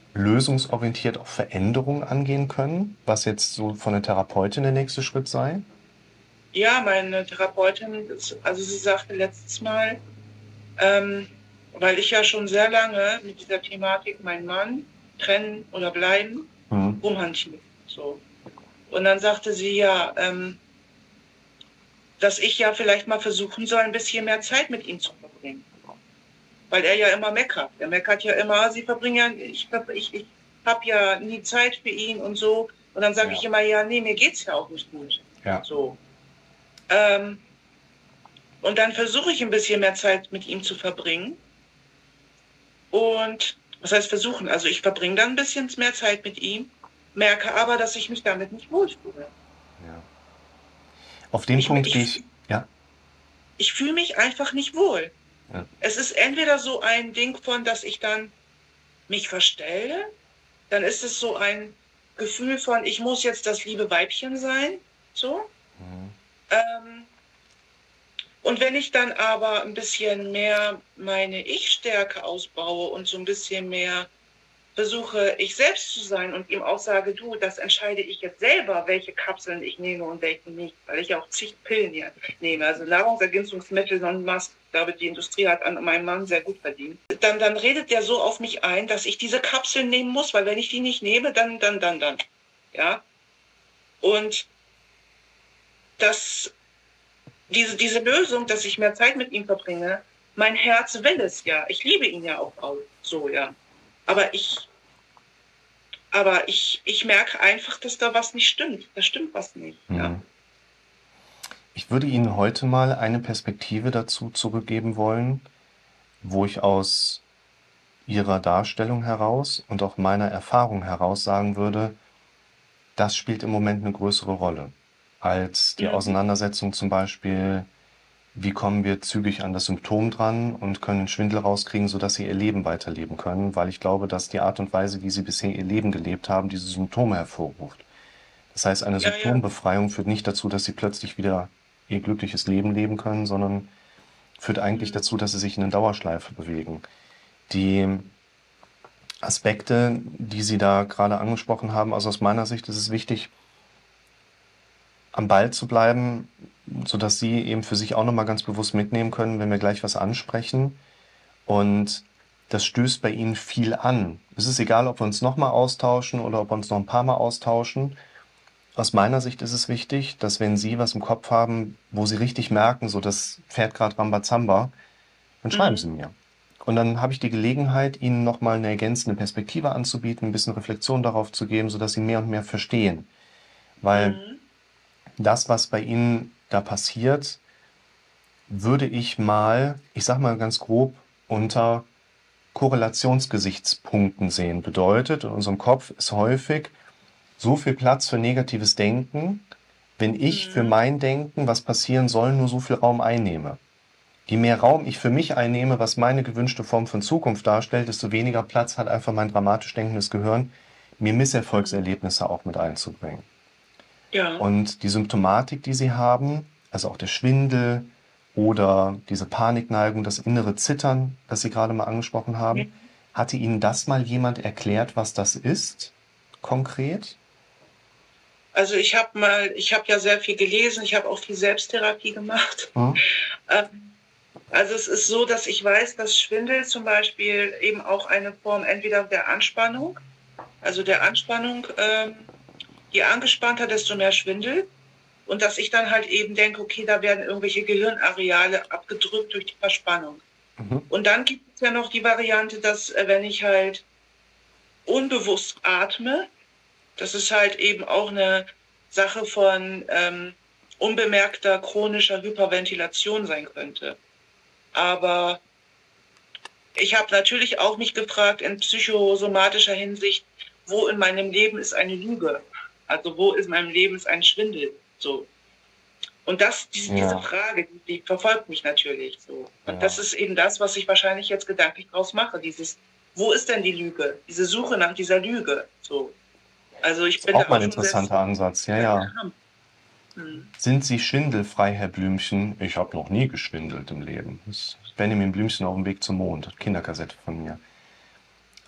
lösungsorientiert auch Veränderungen angehen können, was jetzt so von der Therapeutin der nächste Schritt sei? Ja, meine Therapeutin, also sie sagte letztes Mal, ähm, weil ich ja schon sehr lange mit dieser Thematik, mein Mann, trennen oder bleiben, Mhm. rumhantieren. So. Und dann sagte sie ja, ähm, dass ich ja vielleicht mal versuchen soll, ein bisschen mehr Zeit mit ihm zu verbringen. Weil er ja immer meckert. Er meckert ja immer, sie verbringen ja, ich, ich, ich habe ja nie Zeit für ihn und so. Und dann sage Ja. ich immer, ja, nee, mir geht's ja auch nicht gut. Ja. So. Ähm, und dann versuche ich ein bisschen mehr Zeit mit ihm zu verbringen. Und was heißt versuchen? Also ich verbringe dann ein bisschen mehr Zeit mit ihm, merke aber, dass ich mich damit nicht wohlfühle. Ja. Auf den Ich, Punkt ich, gehe ich, ja. ich fühle mich einfach nicht wohl. Ja. Es ist entweder so ein Ding von, dass ich dann mich verstelle, dann ist es so ein Gefühl von, ich muss jetzt das liebe Weibchen sein, so. Mhm. Ähm, und wenn ich dann aber ein bisschen mehr meine Ich-Stärke ausbaue und so ein bisschen mehr versuche, ich selbst zu sein und ihm auch sage, du, das entscheide ich jetzt selber, welche Kapseln ich nehme und welche nicht, weil ich ja auch zig Pillen hier nehme, also Nahrungsergänzungsmittel und Mast. Ich glaube, die Industrie hat an meinem Mann sehr gut verdient. Dann, dann redet der so auf mich ein, dass ich diese Kapseln nehmen muss, weil wenn ich die nicht nehme, dann, dann, dann, dann. Ja. Und das, diese, diese Lösung, dass ich mehr Zeit mit ihm verbringe, mein Herz will es ja. Ich liebe ihn ja auch, auch so, ja. Aber ich, aber ich, ich merke einfach, dass da was nicht stimmt. Da stimmt was nicht. Mhm. Ja. Ich würde Ihnen heute mal eine Perspektive dazu zurückgeben wollen, wo ich aus Ihrer Darstellung heraus und auch meiner Erfahrung heraus sagen würde, das spielt im Moment eine größere Rolle als die Mhm. Auseinandersetzung zum Beispiel, wie kommen wir zügig an das Symptom dran und können den Schwindel rauskriegen, sodass sie ihr Leben weiterleben können, weil ich glaube, dass die Art und Weise, wie sie bisher ihr Leben gelebt haben, diese Symptome hervorruft. Das heißt, eine Ja, ja. Symptombefreiung führt nicht dazu, dass sie plötzlich wieder ihr glückliches Leben leben können, sondern führt eigentlich Mhm. dazu, dass sie sich in eine Dauerschleife bewegen. Die Aspekte, die Sie da gerade angesprochen haben, also aus meiner Sicht ist es wichtig, am Ball zu bleiben, sodass Sie eben für sich auch nochmal ganz bewusst mitnehmen können, wenn wir gleich was ansprechen. Und das stößt bei Ihnen viel an. Es ist egal, ob wir uns nochmal austauschen oder ob wir uns noch ein paar Mal austauschen. Aus meiner Sicht ist es wichtig, dass wenn Sie was im Kopf haben, wo Sie richtig merken, so das fährt gerade Rambazamba, dann schreiben Mhm. Sie mir. Und dann habe ich die Gelegenheit, Ihnen nochmal eine ergänzende Perspektive anzubieten, ein bisschen Reflexion darauf zu geben, sodass Sie mehr und mehr verstehen. Weil Mhm. das, was bei Ihnen da passiert, würde ich mal, ich sag mal ganz grob, unter Korrelationsgesichtspunkten sehen. Bedeutet, in unserem Kopf ist häufig so viel Platz für negatives Denken, wenn ich für Mhm. mein Denken, was passieren soll, nur so viel Raum einnehme. Je mehr Raum ich für mich einnehme, was meine gewünschte Form von Zukunft darstellt, desto weniger Platz hat einfach mein dramatisch denkendes Gehirn, mir Misserfolgserlebnisse auch mit einzubringen. Ja. Und die Symptomatik, die Sie haben, also auch der Schwindel oder diese Panikneigung, das innere Zittern, das Sie gerade mal angesprochen haben, Mhm. hatte Ihnen das mal jemand erklärt, was das ist, konkret? Also ich habe mal, ich habe ja sehr viel gelesen, ich habe auch viel Selbsttherapie gemacht. Hm? Ähm, Also es ist so, dass ich weiß, dass Schwindel zum Beispiel eben auch eine Form entweder der Anspannung, also der Anspannung, ähm, je angespannter, desto mehr Schwindel. Und dass ich dann halt eben denke, okay, da werden irgendwelche Gehirnareale abgedrückt durch die Verspannung. Mhm. Und dann gibt es ja noch die Variante, dass äh, wenn ich halt unbewusst atme, das ist halt eben auch eine Sache von ähm, unbemerkter chronischer Hyperventilation sein könnte. Aber ich habe natürlich auch mich gefragt in psychosomatischer Hinsicht, wo in meinem Leben ist eine Lüge? Also wo ist in meinem Leben ist ein Schwindel? So. Und das, diese, Ja. diese Frage, die, die verfolgt mich natürlich so. Und Ja. das ist eben das, was ich wahrscheinlich jetzt gedanklich draus mache. Dieses, wo ist denn die Lüge? Diese Suche nach dieser Lüge. So. Also ich bin Auch da mal auch ein schon sehr interessanter Ansatz, ja, ja. hm. Sind Sie schwindelfrei, Herr Blümchen? Ich habe noch nie geschwindelt im Leben. Das ist Benjamin Blümchen auf dem Weg zum Mond, Kinderkassette von mir.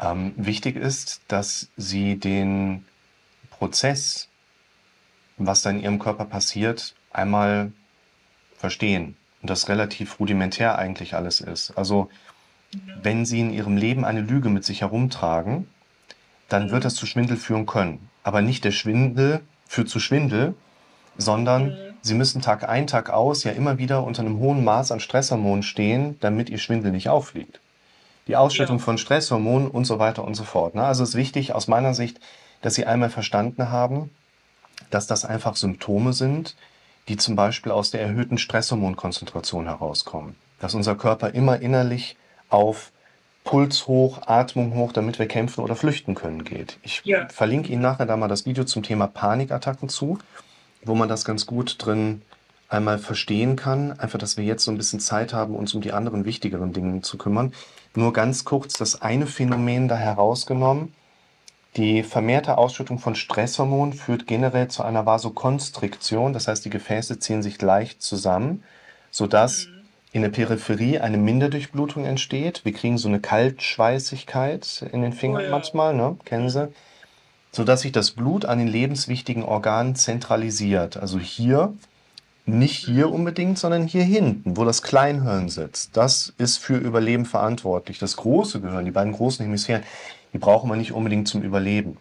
Ähm, wichtig ist, dass Sie den Prozess, was da in Ihrem Körper passiert, einmal verstehen. Und das relativ rudimentär eigentlich alles ist. Also wenn Sie in Ihrem Leben eine Lüge mit sich herumtragen, dann wird das zu Schwindel führen können. Aber nicht der Schwindel führt zu Schwindel, sondern Sie müssen Tag ein, Tag aus ja immer wieder unter einem hohen Maß an Stresshormonen stehen, damit Ihr Schwindel nicht auffliegt. Die Ausschüttung Ja. von Stresshormonen und so weiter und so fort. Ne? Also es ist wichtig aus meiner Sicht, dass Sie einmal verstanden haben, dass das einfach Symptome sind, die zum Beispiel aus der erhöhten Stresshormonkonzentration herauskommen. Dass unser Körper immer innerlich auf Puls hoch, Atmung hoch, damit wir kämpfen oder flüchten können geht. Ich Ja. verlinke Ihnen nachher da mal das Video zum Thema Panikattacken zu, wo man das ganz gut drin einmal verstehen kann. Einfach, dass wir jetzt so ein bisschen Zeit haben, uns um die anderen wichtigeren Dinge zu kümmern. Nur ganz kurz das eine Phänomen da herausgenommen. Die vermehrte Ausschüttung von Stresshormonen führt generell zu einer Vasokonstriktion, das heißt, die Gefäße ziehen sich leicht zusammen, sodass in der Peripherie eine Minderdurchblutung entsteht. Wir kriegen so eine Kaltschweißigkeit in den Fingern Oh ja. manchmal, ne? Kennen Sie? Sodass sich das Blut an den lebenswichtigen Organen zentralisiert. Also hier, nicht hier unbedingt, sondern hier hinten, wo das Kleinhirn sitzt. Das ist für Überleben verantwortlich. Das große Gehirn, die beiden großen Hemisphären, die brauchen wir nicht unbedingt zum Überleben.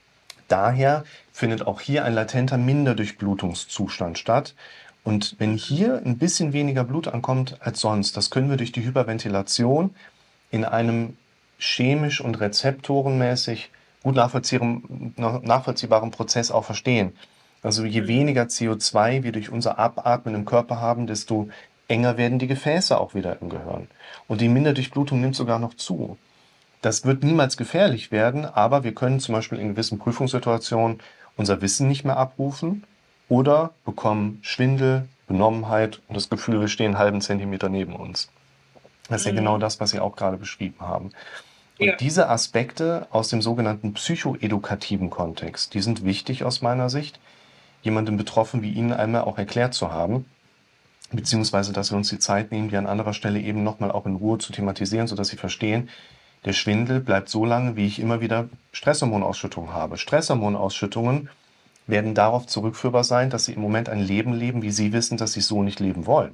Daher findet auch hier ein latenter Minderdurchblutungszustand statt. Und wenn hier ein bisschen weniger Blut ankommt als sonst, das können wir durch die Hyperventilation in einem chemisch und rezeptorenmäßig gut nachvollziehbaren, nachvollziehbaren Prozess auch verstehen. Also je weniger C O zwei wir durch unser Abatmen im Körper haben, desto enger werden die Gefäße auch wieder im Gehirn. Und die Minderdurchblutung nimmt sogar noch zu. Das wird niemals gefährlich werden, aber wir können zum Beispiel in gewissen Prüfungssituationen unser Wissen nicht mehr abrufen oder bekommen Schwindel, Benommenheit und das Gefühl, wir stehen einen halben Zentimeter neben uns. Das ist ja genau das, was Sie auch gerade beschrieben haben. Und Ja. diese Aspekte aus dem sogenannten psychoedukativen Kontext, die sind wichtig aus meiner Sicht, jemandem betroffen wie Ihnen einmal auch erklärt zu haben, beziehungsweise dass wir uns die Zeit nehmen, die an anderer Stelle eben nochmal auch in Ruhe zu thematisieren, sodass Sie verstehen, der Schwindel bleibt so lange, wie ich immer wieder Stresshormonausschüttungen habe. Stresshormonausschüttungen werden darauf zurückführbar sein, dass Sie im Moment ein Leben leben, wie Sie wissen, dass Sie so nicht leben wollen.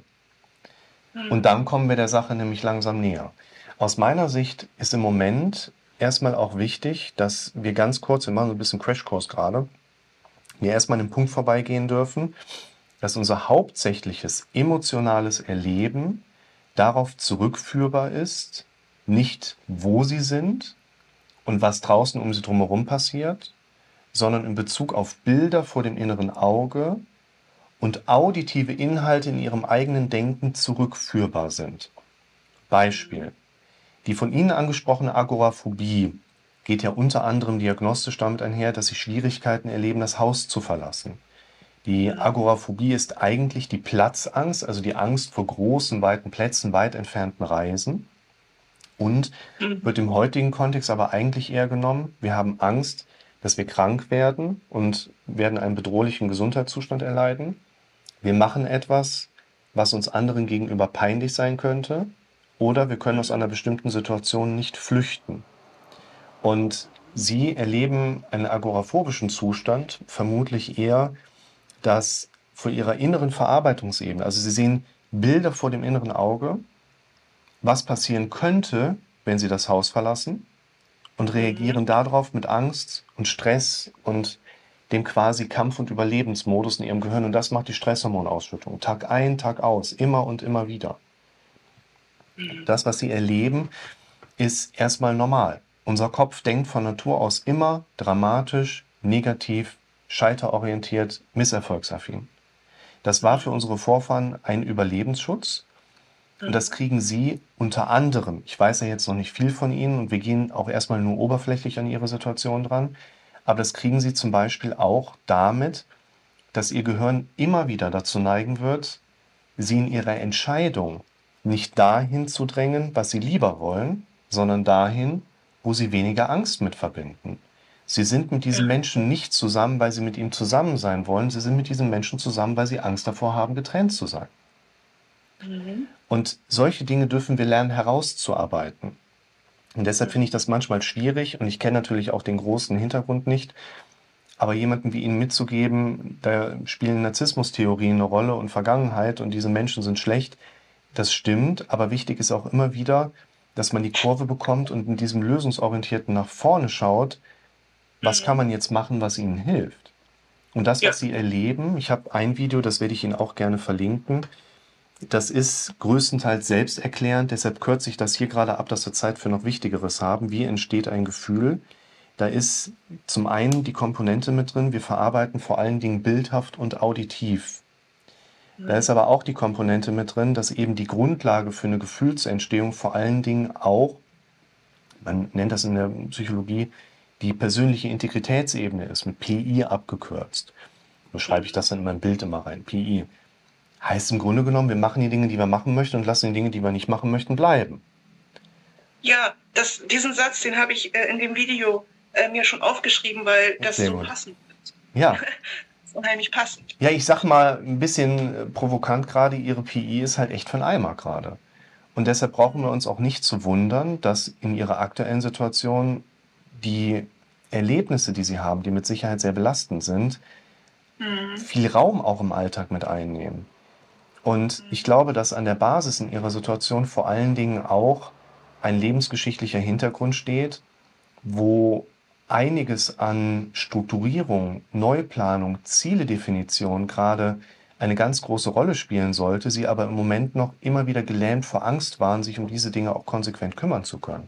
Und dann kommen wir der Sache nämlich langsam näher. Aus meiner Sicht ist im Moment erstmal auch wichtig, dass wir ganz kurz, wir machen so ein bisschen Crashkurs gerade, wir erstmal an dem Punkt vorbeigehen dürfen, dass unser hauptsächliches emotionales Erleben darauf zurückführbar ist, nicht wo sie sind und was draußen um sie drumherum passiert, sondern in Bezug auf Bilder vor dem inneren Auge und auditive Inhalte in ihrem eigenen Denken zurückführbar sind. Beispiel. Die von Ihnen angesprochene Agoraphobie geht ja unter anderem diagnostisch damit einher, dass Sie Schwierigkeiten erleben, das Haus zu verlassen. Die Agoraphobie ist eigentlich die Platzangst, also die Angst vor großen, weiten Plätzen, weit entfernten Reisen. Und wird im heutigen Kontext aber eigentlich eher genommen, wir haben Angst, dass wir krank werden und werden einen bedrohlichen Gesundheitszustand erleiden. Wir machen etwas, was uns anderen gegenüber peinlich sein könnte, oder wir können aus einer bestimmten Situation nicht flüchten. Und Sie erleben einen agoraphobischen Zustand vermutlich eher, dass vor Ihrer inneren Verarbeitungsebene, also Sie sehen Bilder vor dem inneren Auge, was passieren könnte, wenn Sie das Haus verlassen, und reagieren darauf mit Angst und Stress und dem quasi Kampf- und Überlebensmodus in Ihrem Gehirn. Und das macht die Stresshormonausschüttung. Tag ein, Tag aus, immer und immer wieder. Das, was Sie erleben, ist erstmal normal. Unser Kopf denkt von Natur aus immer dramatisch, negativ, scheiterorientiert, misserfolgsaffin. Das war für unsere Vorfahren ein Überlebensschutz. Und das kriegen Sie unter anderem, ich weiß ja jetzt noch nicht viel von Ihnen und wir gehen auch erstmal nur oberflächlich an Ihre Situation dran, aber das kriegen Sie zum Beispiel auch damit, dass Ihr Gehirn immer wieder dazu neigen wird, Sie in Ihrer Entscheidung nicht dahin zu drängen, was Sie lieber wollen, sondern dahin, wo Sie weniger Angst mit verbinden. Sie sind mit diesem Menschen nicht zusammen, weil Sie mit ihm zusammen sein wollen, Sie sind mit diesem Menschen zusammen, weil Sie Angst davor haben, getrennt zu sein. Und solche Dinge dürfen wir lernen herauszuarbeiten. Und deshalb finde ich das manchmal schwierig und ich kenne natürlich auch den großen Hintergrund nicht. Aber jemandem wie Ihnen mitzugeben, da spielen Narzissmustheorien eine Rolle und Vergangenheit und diese Menschen sind schlecht, das stimmt. Aber wichtig ist auch immer wieder, dass man die Kurve bekommt und in diesem lösungsorientierten nach vorne schaut, was kann Mhm. man jetzt machen, was Ihnen hilft. Und das, Ja. was Sie erleben, ich habe ein Video, das werde ich Ihnen auch gerne verlinken, das ist größtenteils selbsterklärend, deshalb kürze ich das hier gerade ab, dass wir Zeit für noch Wichtigeres haben. Wie entsteht ein Gefühl? Da ist zum einen die Komponente mit drin, wir verarbeiten vor allen Dingen bildhaft und auditiv. Da ist Mhm. aber auch die Komponente mit drin, dass eben die Grundlage für eine Gefühlsentstehung vor allen Dingen auch, man nennt das in der Psychologie, die persönliche Integritätsebene ist, mit P I abgekürzt. So schreibe ich das dann in mein Bild immer rein, P I. Heißt im Grunde genommen, wir machen die Dinge, die wir machen möchten und lassen die Dinge, die wir nicht machen möchten, bleiben. Ja, das, diesen Satz, den habe ich äh, in dem Video äh, mir schon aufgeschrieben, weil das Sehr so gut. passend ist. Ja. Das ist unheimlich passend. Ja, ich sag mal ein bisschen äh, provokant gerade, Ihre P I ist halt echt für einen Eimer gerade. Und deshalb brauchen wir uns auch nicht zu wundern, dass in Ihrer aktuellen Situation die Erlebnisse, die Sie haben, die mit Sicherheit sehr belastend sind, Mhm. viel Raum auch im Alltag mit einnehmen. Und ich glaube, dass an der Basis in Ihrer Situation vor allen Dingen auch ein lebensgeschichtlicher Hintergrund steht, wo einiges an Strukturierung, Neuplanung, Zieledefinition gerade eine ganz große Rolle spielen sollte, Sie aber im Moment noch immer wieder gelähmt vor Angst waren, sich um diese Dinge auch konsequent kümmern zu können.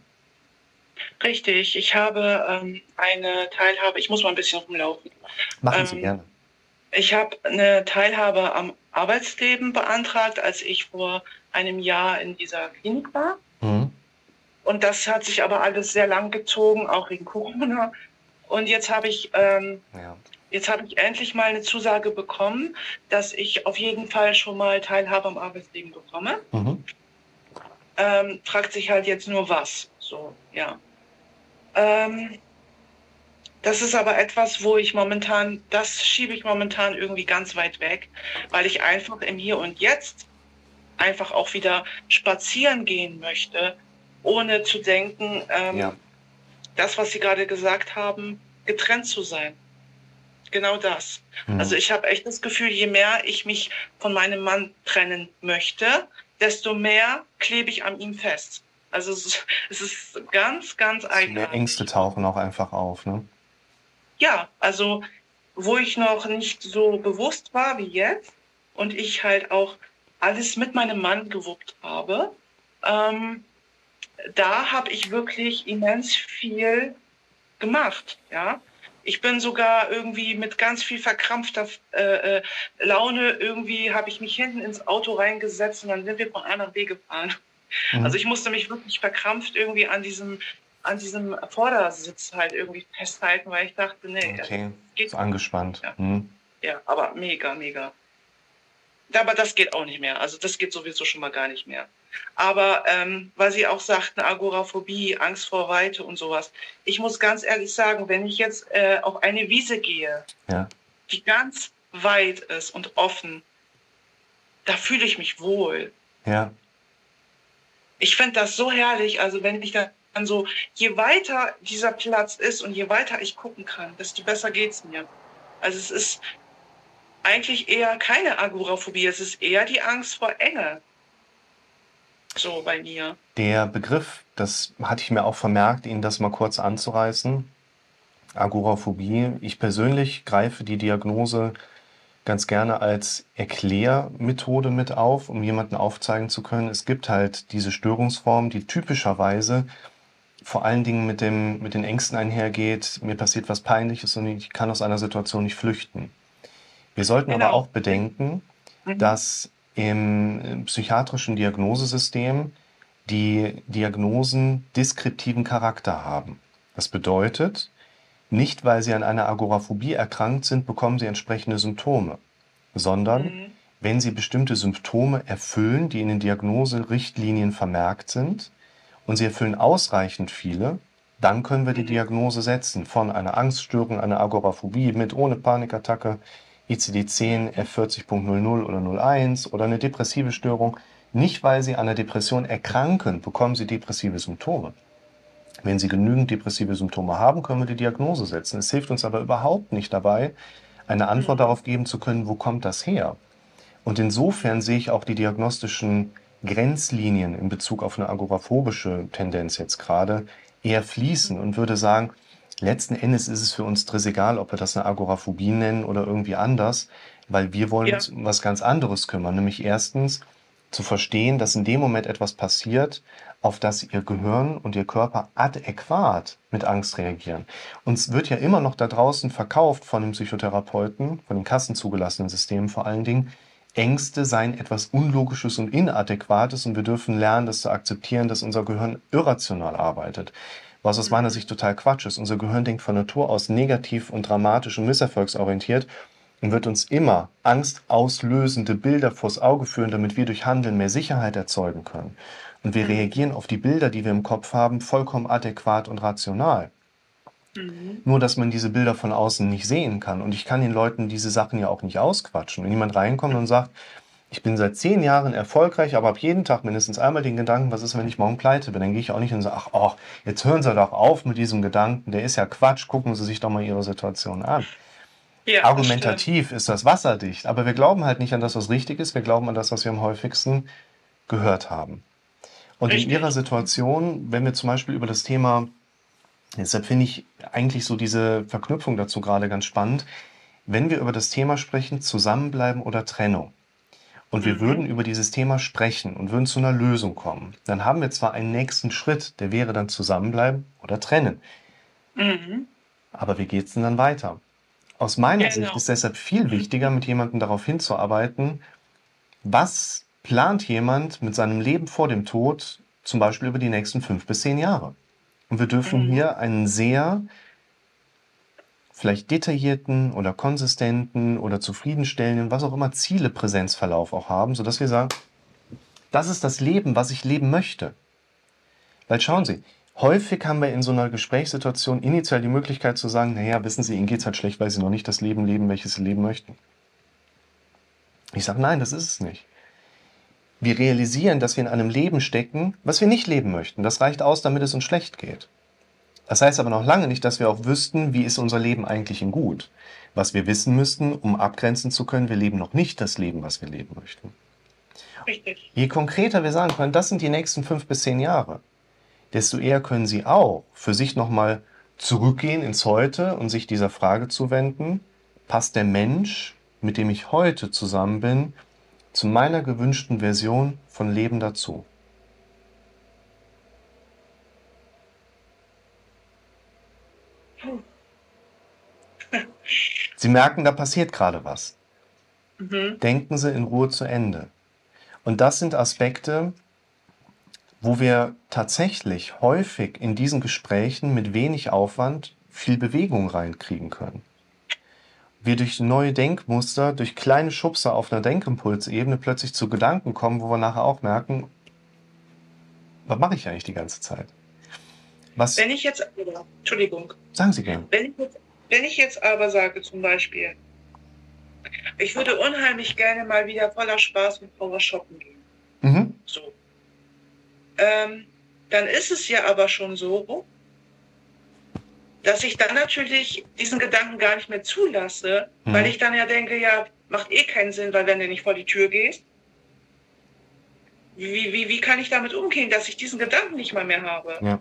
Richtig, ich habe ähm, eine Teilhabe, ich muss mal ein bisschen rumlaufen. Machen Ähm, Sie gerne. Ich habe eine Teilhabe am Arbeitsleben beantragt, als ich vor einem Jahr in dieser Klinik war. Mhm. Und das hat sich aber alles sehr lang gezogen, auch wegen Corona. Und jetzt habe ich, ähm, Ja. jetzt habe ich endlich mal eine Zusage bekommen, dass ich auf jeden Fall schon mal Teilhabe am Arbeitsleben bekomme. Mhm. Ähm, fragt sich halt jetzt nur was. So, ja. Ähm, das ist aber etwas, wo ich momentan, das schiebe ich momentan irgendwie ganz weit weg, weil ich einfach im Hier und Jetzt einfach auch wieder spazieren gehen möchte, ohne zu denken, ähm, Ja. das, was Sie gerade gesagt haben, getrennt zu sein. Genau das. Mhm. Also ich habe echt das Gefühl, je mehr ich mich von meinem Mann trennen möchte, desto mehr klebe ich an ihm fest. Also es ist, es ist ganz, ganz Mehr eigenartig. Ängste tauchen auch einfach auf, ne? Ja, also wo ich noch nicht so bewusst war wie jetzt und ich halt auch alles mit meinem Mann gewuppt habe, ähm, da habe ich wirklich immens viel gemacht, ja. Ich bin sogar irgendwie mit ganz viel verkrampfter äh, äh, Laune, irgendwie habe ich mich hinten ins Auto reingesetzt und dann sind wir von A nach B gefahren. Mhm. Also ich musste mich wirklich verkrampft irgendwie an diesem, an diesem Vordersitz halt irgendwie festhalten, weil ich dachte, nee, Okay, geht so angespannt. Ja. Mhm. ja, aber mega, mega. Aber das geht auch nicht mehr. Also das geht sowieso schon mal gar nicht mehr. Aber ähm, weil Sie auch sagten, Agoraphobie, Angst vor Weite und sowas. Ich muss ganz ehrlich sagen, wenn ich jetzt äh, auf eine Wiese gehe, Ja. die ganz weit ist und offen, da fühle ich mich wohl. Ja. Ich finde das so herrlich. Also wenn ich dann so, je weiter dieser Platz ist und je weiter ich gucken kann, desto besser geht's mir. Also es ist eigentlich eher keine Agoraphobie, es ist eher die Angst vor Enge. So bei mir. Der Begriff, das hatte ich mir auch vermerkt, Ihnen das mal kurz anzureißen. Agoraphobie. Ich persönlich greife die Diagnose ganz gerne als Erklärmethode mit auf, um jemanden aufzeigen zu können. Es gibt halt diese Störungsform, die typischerweise vor allen Dingen mit, dem, mit den Ängsten einhergeht, mir passiert was Peinliches und ich kann aus einer Situation nicht flüchten. Wir sollten Genau. aber auch bedenken, Mhm. dass im psychiatrischen Diagnosesystem die Diagnosen deskriptiven Charakter haben. Das bedeutet, nicht weil Sie an einer Agoraphobie erkrankt sind, bekommen Sie entsprechende Symptome, sondern Mhm. wenn Sie bestimmte Symptome erfüllen, die in den Diagnoserichtlinien vermerkt sind, und Sie erfüllen ausreichend viele, dann können wir die Mhm. Diagnose setzen von einer Angststörung, einer Agoraphobie mit ohne Panikattacke, I C D zehn, F vierzig Punkt null null oder null eins oder eine depressive Störung. Nicht weil Sie an einer Depression erkranken, bekommen Sie depressive Symptome. Wenn Sie genügend depressive Symptome haben, können wir die Diagnose setzen. Es hilft uns aber überhaupt nicht dabei, eine Antwort darauf geben zu können, wo kommt das her? Und insofern sehe ich auch die diagnostischen Grenzlinien in Bezug auf eine agoraphobische Tendenz jetzt gerade eher fließen und würde sagen, letzten Endes ist es für uns egal, ob wir das eine Agoraphobie nennen oder irgendwie anders, weil wir wollen Ja. uns um was ganz anderes kümmern, nämlich erstens zu verstehen, dass in dem Moment etwas passiert, auf das Ihr Gehirn und Ihr Körper adäquat mit Angst reagieren. Uns wird ja immer noch da draußen verkauft von den Psychotherapeuten, von den kassenzugelassenen Systemen vor allen Dingen, Ängste seien etwas Unlogisches und Inadäquates und wir dürfen lernen, das zu akzeptieren, dass unser Gehirn irrational arbeitet. Was aus meiner Sicht total Quatsch ist. Unser Gehirn denkt von Natur aus negativ und dramatisch und misserfolgsorientiert und wird uns immer angstauslösende Bilder vors Auge führen, damit wir durch Handeln mehr Sicherheit erzeugen können. Und wir reagieren auf die Bilder, die wir im Kopf haben, vollkommen adäquat und rational. Mhm. Nur, dass man diese Bilder von außen nicht sehen kann. Und ich kann den Leuten diese Sachen ja auch nicht ausquatschen. Wenn jemand reinkommt und sagt, ich bin seit zehn Jahren erfolgreich, aber habe jeden Tag mindestens einmal den Gedanken, was ist, wenn ich morgen pleite bin? Dann gehe ich auch nicht und sage, ach, oh, jetzt hören Sie doch auf mit diesem Gedanken, der ist ja Quatsch, gucken Sie sich doch mal Ihre Situation an. Ja, Argumentativ ist das wasserdicht, aber wir glauben halt nicht an das, was richtig ist, wir glauben an das, was wir am häufigsten gehört haben. Und Richtig. in Ihrer Situation, wenn wir zum Beispiel über das Thema, deshalb finde ich eigentlich so diese Verknüpfung dazu gerade ganz spannend, wenn wir über das Thema sprechen, Zusammenbleiben oder Trennung, und wir Mhm. würden über dieses Thema sprechen und würden zu einer Lösung kommen, dann haben wir zwar einen nächsten Schritt, der wäre dann Zusammenbleiben oder Trennen. Mhm. Aber wie geht es denn dann weiter? Aus meiner Genau. Sicht ist deshalb viel wichtiger, mit jemandem darauf hinzuarbeiten, was plant jemand mit seinem Leben vor dem Tod, zum Beispiel über die nächsten fünf bis zehn Jahre. Und wir dürfen Mhm. hier einen sehr vielleicht detaillierten oder konsistenten oder zufriedenstellenden, was auch immer, Ziele-Präsenzverlauf auch haben, sodass wir sagen, das ist das Leben, was ich leben möchte. Weil schauen Sie, häufig haben wir in so einer Gesprächssituation initial die Möglichkeit zu sagen, naja, wissen Sie, Ihnen geht es halt schlecht, weil Sie noch nicht das Leben leben, welches Sie leben möchten. Ich sage, nein, das ist es nicht. Wir realisieren, dass wir in einem Leben stecken, was wir nicht leben möchten. Das reicht aus, damit es uns schlecht geht. Das heißt aber noch lange nicht, dass wir auch wüssten, wie ist unser Leben eigentlich in gut. Was wir wissen müssten, um abgrenzen zu können, wir leben noch nicht das Leben, was wir leben möchten. Richtig. Je konkreter wir sagen können, das sind die nächsten fünf bis zehn Jahre, desto eher können Sie auch für sich nochmal zurückgehen ins Heute und sich dieser Frage zuwenden, passt der Mensch, mit dem ich heute zusammen bin, zu meiner gewünschten Version von Leben dazu? Sie merken, da passiert gerade was. Mhm. Denken Sie in Ruhe zu Ende. Und das sind Aspekte, wo wir tatsächlich häufig in diesen Gesprächen mit wenig Aufwand viel Bewegung reinkriegen können. Wir durch neue Denkmuster, durch kleine Schubser auf einer Denkimpulsebene plötzlich zu Gedanken kommen, wo wir nachher auch merken, was mache ich eigentlich die ganze Zeit? Was, Wenn ich jetzt, Entschuldigung, sagen Sie gerne. wenn ich, jetzt, wenn ich jetzt aber sage zum Beispiel, ich würde unheimlich gerne mal wieder voller Spaß mit Power shoppen gehen. Mhm. So. Ähm, dann ist es ja aber schon so, dass ich dann natürlich diesen Gedanken gar nicht mehr zulasse, Mhm. weil ich dann ja denke, ja, macht eh keinen Sinn, weil wenn du nicht vor die Tür gehst, wie, wie, wie kann ich damit umgehen, dass ich diesen Gedanken nicht mal mehr habe? Ja.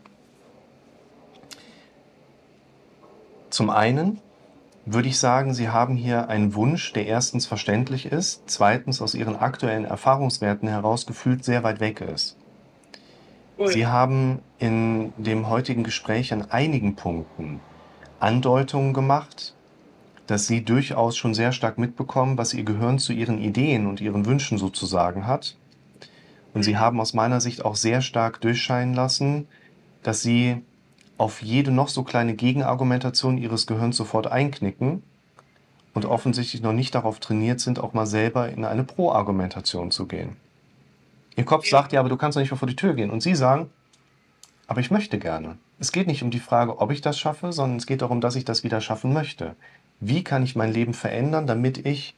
Zum einen würde ich sagen, Sie haben hier einen Wunsch, der erstens verständlich ist, zweitens aus Ihren aktuellen Erfahrungswerten heraus gefühlt sehr weit weg ist. Ui. Sie haben in dem heutigen Gespräch an einigen Punkten Andeutungen gemacht, dass Sie durchaus schon sehr stark mitbekommen, was Ihr Gehirn zu Ihren Ideen und Ihren Wünschen sozusagen hat. Und Sie Mhm. haben aus meiner Sicht auch sehr stark durchscheinen lassen, dass Sie auf jede noch so kleine Gegenargumentation Ihres Gehirns sofort einknicken und offensichtlich noch nicht darauf trainiert sind, auch mal selber in eine Pro-Argumentation zu gehen. Ihr Kopf Ja. sagt, ja, aber du kannst doch nicht mehr vor die Tür gehen. Und Sie sagen, aber ich möchte gerne. Es geht nicht um die Frage, ob ich das schaffe, sondern es geht darum, dass ich das wieder schaffen möchte. Wie kann ich mein Leben verändern, damit ich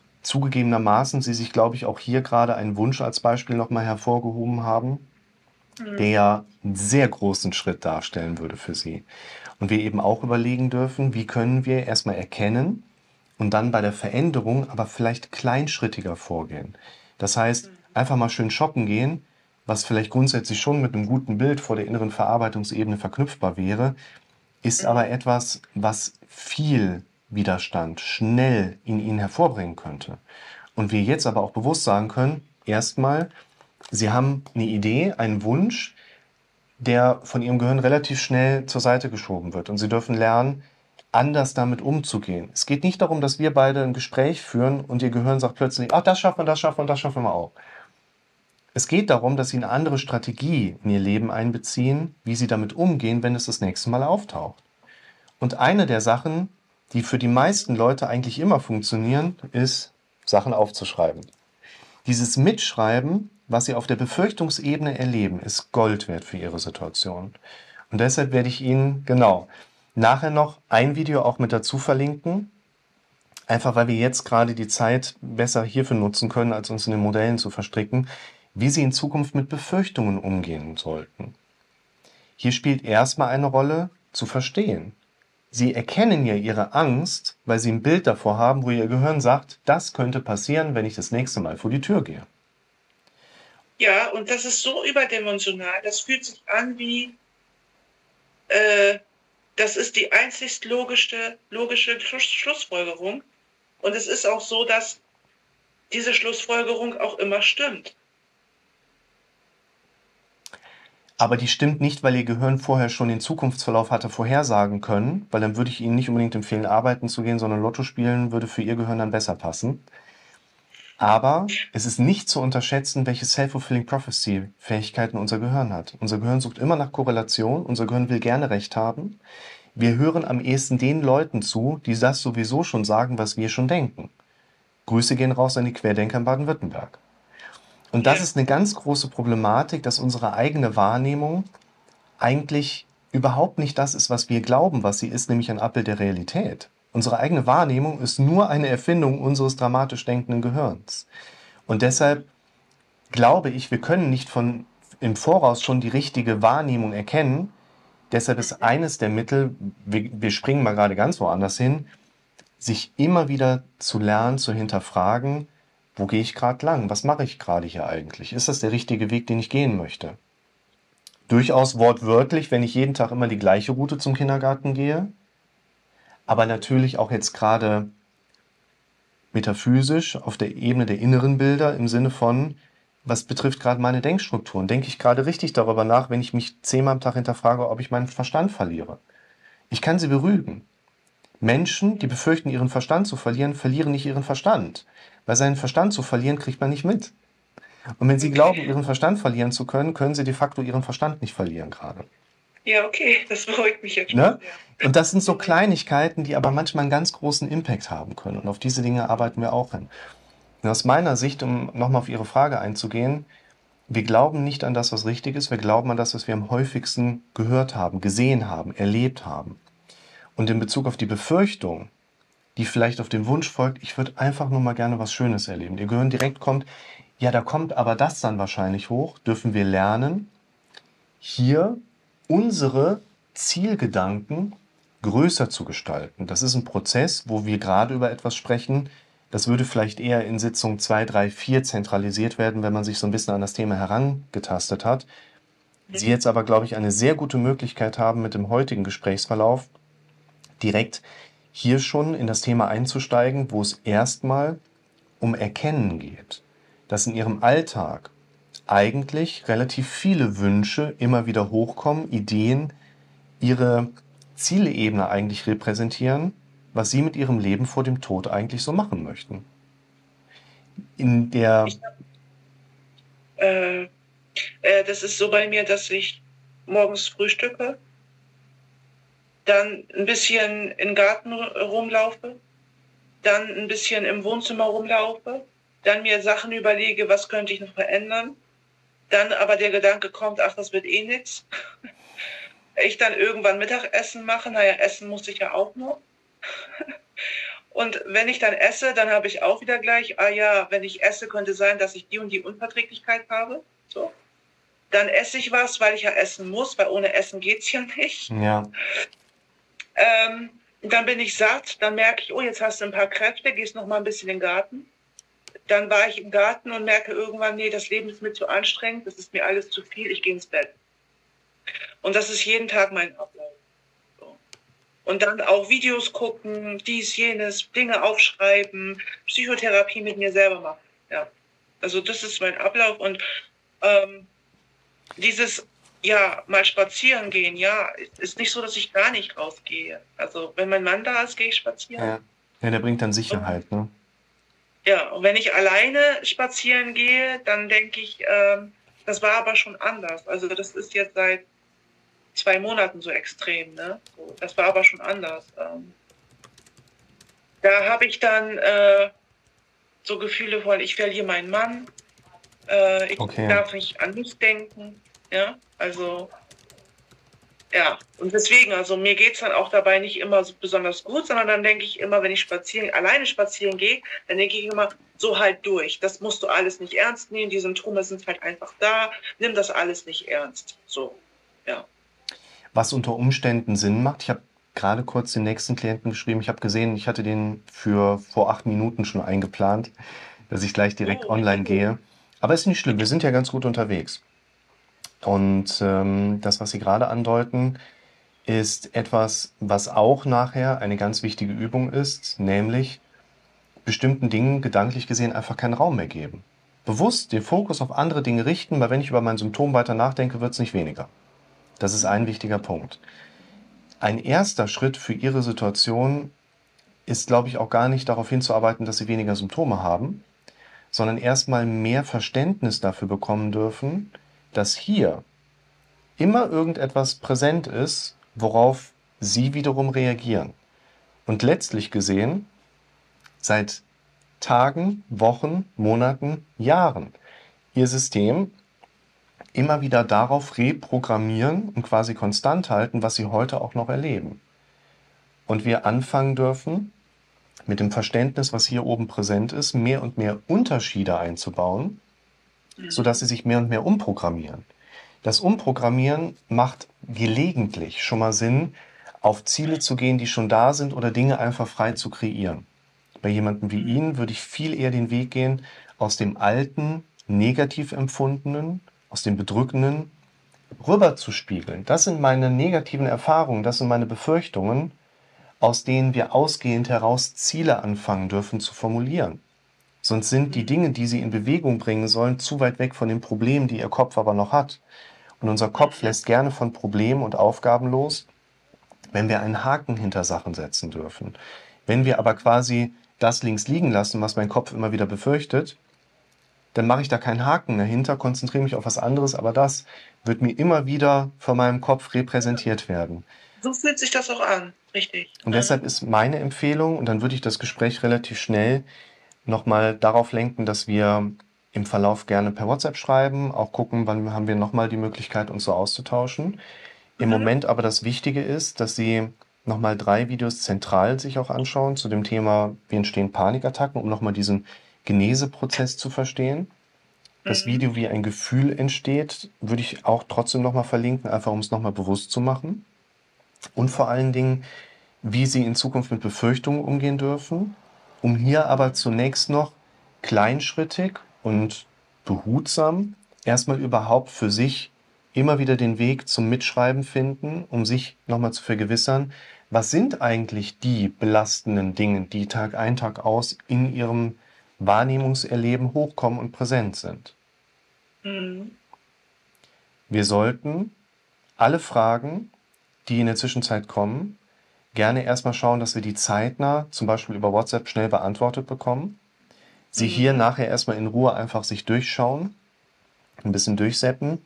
zugegebenermaßen, Sie sich, glaube ich, auch hier gerade einen Wunsch als Beispiel nochmal hervorgehoben haben, der ja einen sehr großen Schritt darstellen würde für Sie. Und wir eben auch überlegen dürfen, wie können wir erstmal erkennen und dann bei der Veränderung aber vielleicht kleinschrittiger vorgehen. Das heißt, einfach mal schön shoppen gehen, was vielleicht grundsätzlich schon mit einem guten Bild vor der inneren Verarbeitungsebene verknüpfbar wäre, ist aber etwas, was viel Widerstand schnell in Ihnen hervorbringen könnte. Und wir jetzt aber auch bewusst sagen können, erstmal, Sie haben eine Idee, einen Wunsch, der von Ihrem Gehirn relativ schnell zur Seite geschoben wird. Und Sie dürfen lernen, anders damit umzugehen. Es geht nicht darum, dass wir beide ein Gespräch führen und Ihr Gehirn sagt plötzlich, ach, das schaffen wir, das schaffen wir, das schaffen wir auch. Es geht darum, dass Sie eine andere Strategie in Ihr Leben einbeziehen, wie Sie damit umgehen, wenn es das nächste Mal auftaucht. Und eine der Sachen, die für die meisten Leute eigentlich immer funktionieren, ist, Sachen aufzuschreiben. Dieses Mitschreiben, was Sie auf der Befürchtungsebene erleben, ist Gold wert für Ihre Situation. Und deshalb werde ich Ihnen, genau, nachher noch ein Video auch mit dazu verlinken. Einfach weil wir jetzt gerade die Zeit besser hierfür nutzen können, als uns in den Modellen zu verstricken, wie Sie in Zukunft mit Befürchtungen umgehen sollten. Hier spielt erstmal eine Rolle, zu verstehen. Sie erkennen ja Ihre Angst, weil Sie ein Bild davor haben, wo Ihr Gehirn sagt, das könnte passieren, wenn ich das nächste Mal vor die Tür gehe. Ja, und das ist so überdimensional, das fühlt sich an wie, äh, das ist die einzigst logische, logische Schluss, Schlussfolgerung. Und es ist auch so, dass diese Schlussfolgerung auch immer stimmt. Aber die stimmt nicht, weil Ihr Gehirn vorher schon den Zukunftsverlauf hatte vorhersagen können, weil dann würde ich Ihnen nicht unbedingt empfehlen, arbeiten zu gehen, sondern Lotto spielen würde für Ihr Gehirn dann besser passen. Aber es ist nicht zu unterschätzen, welche Self-Fulfilling Prophecy-Fähigkeiten unser Gehirn hat. Unser Gehirn sucht immer nach Korrelation, unser Gehirn will gerne Recht haben. Wir hören am ehesten den Leuten zu, die das sowieso schon sagen, was wir schon denken. Grüße gehen raus an die Querdenker in Baden-Württemberg. Und das Ja. ist eine ganz große Problematik, dass unsere eigene Wahrnehmung eigentlich überhaupt nicht das ist, was wir glauben, was sie ist, nämlich ein Abbild der Realität. Unsere eigene Wahrnehmung ist nur eine Erfindung unseres dramatisch denkenden Gehirns. Und deshalb glaube ich, wir können nicht von im Voraus schon die richtige Wahrnehmung erkennen. Deshalb ist eines der Mittel, wir, wir springen mal gerade ganz woanders hin, sich immer wieder zu lernen, zu hinterfragen, wo gehe ich gerade lang? Was mache ich gerade hier eigentlich? Ist das der richtige Weg, den ich gehen möchte? Durchaus wortwörtlich, wenn ich jeden Tag immer die gleiche Route zum Kindergarten gehe, aber natürlich auch jetzt gerade metaphysisch auf der Ebene der inneren Bilder im Sinne von, was betrifft gerade meine Denkstrukturen? Denke ich gerade richtig darüber nach, wenn ich mich zehnmal am Tag hinterfrage, ob ich meinen Verstand verliere? Ich kann Sie beruhigen. Menschen, die befürchten, ihren Verstand zu verlieren, verlieren nicht ihren Verstand. Weil seinen Verstand zu verlieren, kriegt man nicht mit. Und wenn Sie glauben, Ihren Verstand verlieren zu können, können Sie de facto Ihren Verstand nicht verlieren gerade. Ja, okay, das beruhigt mich jetzt schon Ne? sehr. Und das sind so Kleinigkeiten, die aber manchmal einen ganz großen Impact haben können. Und auf diese Dinge arbeiten wir auch hin. Und aus meiner Sicht, um nochmal auf Ihre Frage einzugehen, wir glauben nicht an das, was richtig ist, wir glauben an das, was wir am häufigsten gehört haben, gesehen haben, erlebt haben. Und in Bezug auf die Befürchtung, die vielleicht auf den Wunsch folgt, ich würde einfach nur mal gerne was Schönes erleben. Ihr Gehirn direkt kommt, ja, da kommt aber das dann wahrscheinlich hoch, dürfen wir lernen, hier unsere Zielgedanken größer zu gestalten. Das ist ein Prozess, wo wir gerade über etwas sprechen. Das würde vielleicht eher in Sitzung zwei, drei, vier zentralisiert werden, wenn man sich so ein bisschen an das Thema herangetastet hat. Sie jetzt aber, glaube ich, eine sehr gute Möglichkeit haben, mit dem heutigen Gesprächsverlauf direkt hier schon in das Thema einzusteigen, wo es erstmal um Erkennen geht, dass in Ihrem Alltag eigentlich relativ viele Wünsche immer wieder hochkommen, Ideen, Ihre Zielebene eigentlich repräsentieren, was Sie mit Ihrem Leben vor dem Tod eigentlich so machen möchten. In der Ich hab, äh, äh, das ist so bei mir, dass ich morgens frühstücke, dann ein bisschen im Garten rumlaufe, dann ein bisschen im Wohnzimmer rumlaufe, dann mir Sachen überlege, was könnte ich noch verändern, dann aber der Gedanke kommt, ach, das wird eh nichts. Ich dann irgendwann Mittagessen mache, naja, essen muss ich ja auch noch. Und wenn ich dann esse, dann habe ich auch wieder gleich, ah ja, wenn ich esse, könnte sein, dass ich die und die Unverträglichkeit habe. So. Dann esse ich was, weil ich ja essen muss, weil ohne Essen geht's ja nicht. Ja. Ähm, dann bin ich satt, dann merke ich, oh, jetzt hast du ein paar Kräfte, gehst noch mal ein bisschen in den Garten. Dann war ich im Garten und merke irgendwann, nee, das Leben ist mir zu anstrengend, das ist mir alles zu viel, ich gehe ins Bett. Und das ist jeden Tag mein Ablauf. So. Und dann auch Videos gucken, dies, jenes, Dinge aufschreiben, Psychotherapie mit mir selber machen. Ja. Also das ist mein Ablauf und ähm, dieses, ja, mal spazieren gehen, ja, ist nicht so, dass ich gar nicht rausgehe. Also wenn mein Mann da ist, gehe ich spazieren. Ja, ja, der bringt dann Sicherheit, ne? Ja, und wenn ich alleine spazieren gehe, dann denke ich, ähm, das war aber schon anders. Also das ist jetzt seit zwei Monaten so extrem, ne? So, das war aber schon anders. Ähm, da habe ich dann äh, so Gefühle von, ich verliere meinen Mann, äh, ich Okay. darf nicht an mich denken, ja, also ja, und deswegen, also mir geht's dann auch dabei nicht immer so besonders gut, sondern dann denke ich immer, wenn ich spazieren, alleine spazieren gehe, dann denke ich immer, so halt durch. Das musst du alles nicht ernst nehmen, die Symptome sind halt einfach da, nimm das alles nicht ernst. So, ja. Was unter Umständen Sinn macht, ich habe gerade kurz den nächsten Klienten geschrieben, ich habe gesehen, ich hatte den für vor acht Minuten schon eingeplant, dass ich gleich direkt Oh, online okay. gehe. Aber ist nicht schlimm, wir sind ja ganz gut unterwegs. Und ähm, das, was Sie gerade andeuten, ist etwas, was auch nachher eine ganz wichtige Übung ist, nämlich bestimmten Dingen gedanklich gesehen einfach keinen Raum mehr geben. Bewusst den Fokus auf andere Dinge richten, weil wenn ich über mein Symptom weiter nachdenke, wird es nicht weniger. Das ist ein wichtiger Punkt. Ein erster Schritt für Ihre Situation ist, glaube ich, auch gar nicht darauf hinzuarbeiten, dass Sie weniger Symptome haben, sondern erstmal mehr Verständnis dafür bekommen dürfen, dass hier immer irgendetwas präsent ist, worauf Sie wiederum reagieren. Und letztlich gesehen, seit Tagen, Wochen, Monaten, Jahren Ihr System immer wieder darauf reprogrammieren und quasi konstant halten, was Sie heute auch noch erleben. Und wir anfangen dürfen, mit dem Verständnis, was hier oben präsent ist, mehr und mehr Unterschiede einzubauen, sodass Sie sich mehr und mehr umprogrammieren. Das Umprogrammieren macht gelegentlich schon mal Sinn, auf Ziele zu gehen, die schon da sind oder Dinge einfach frei zu kreieren. Bei jemandem wie Ihnen würde ich viel eher den Weg gehen, aus dem Alten, negativ empfundenen, aus dem Bedrückenden rüber zu spiegeln. Das sind meine negativen Erfahrungen, das sind meine Befürchtungen, aus denen wir ausgehend heraus Ziele anfangen dürfen zu formulieren. Sonst sind die Dinge, die Sie in Bewegung bringen sollen, zu weit weg von den Problemen, die Ihr Kopf aber noch hat. Und unser Kopf lässt gerne von Problemen und Aufgaben los, wenn wir einen Haken hinter Sachen setzen dürfen. Wenn wir aber quasi das links liegen lassen, was mein Kopf immer wieder befürchtet, dann mache ich da keinen Haken dahinter, konzentriere mich auf was anderes, aber das wird mir immer wieder von meinem Kopf repräsentiert werden. So fühlt sich das auch an, richtig. Und deshalb ist meine Empfehlung, und dann würde ich das Gespräch relativ schnell nochmal darauf lenken, dass wir im Verlauf gerne per WhatsApp schreiben, auch gucken, wann haben wir nochmal die Möglichkeit, uns so auszutauschen. Im Mhm. Moment aber das Wichtige ist, dass Sie nochmal drei Videos zentral sich auch anschauen zu dem Thema, wie entstehen Panikattacken, um nochmal diesen Geneseprozess zu verstehen. Das Mhm. Video, wie ein Gefühl entsteht, würde ich auch trotzdem nochmal verlinken, einfach um es nochmal bewusst zu machen. Und vor allen Dingen, wie Sie in Zukunft mit Befürchtungen umgehen dürfen, um hier aber zunächst noch kleinschrittig und behutsam erstmal überhaupt für sich immer wieder den Weg zum Mitschreiben finden, um sich nochmal zu vergewissern, was sind eigentlich die belastenden Dinge, die Tag ein, Tag aus in Ihrem Wahrnehmungserleben hochkommen und präsent sind. Mhm. Wir sollten alle Fragen, die in der Zwischenzeit kommen, gerne erstmal schauen, dass wir die zeitnah, zum Beispiel über WhatsApp, schnell beantwortet bekommen. Sie Mhm. hier nachher erstmal in Ruhe einfach sich durchschauen, ein bisschen durchseppen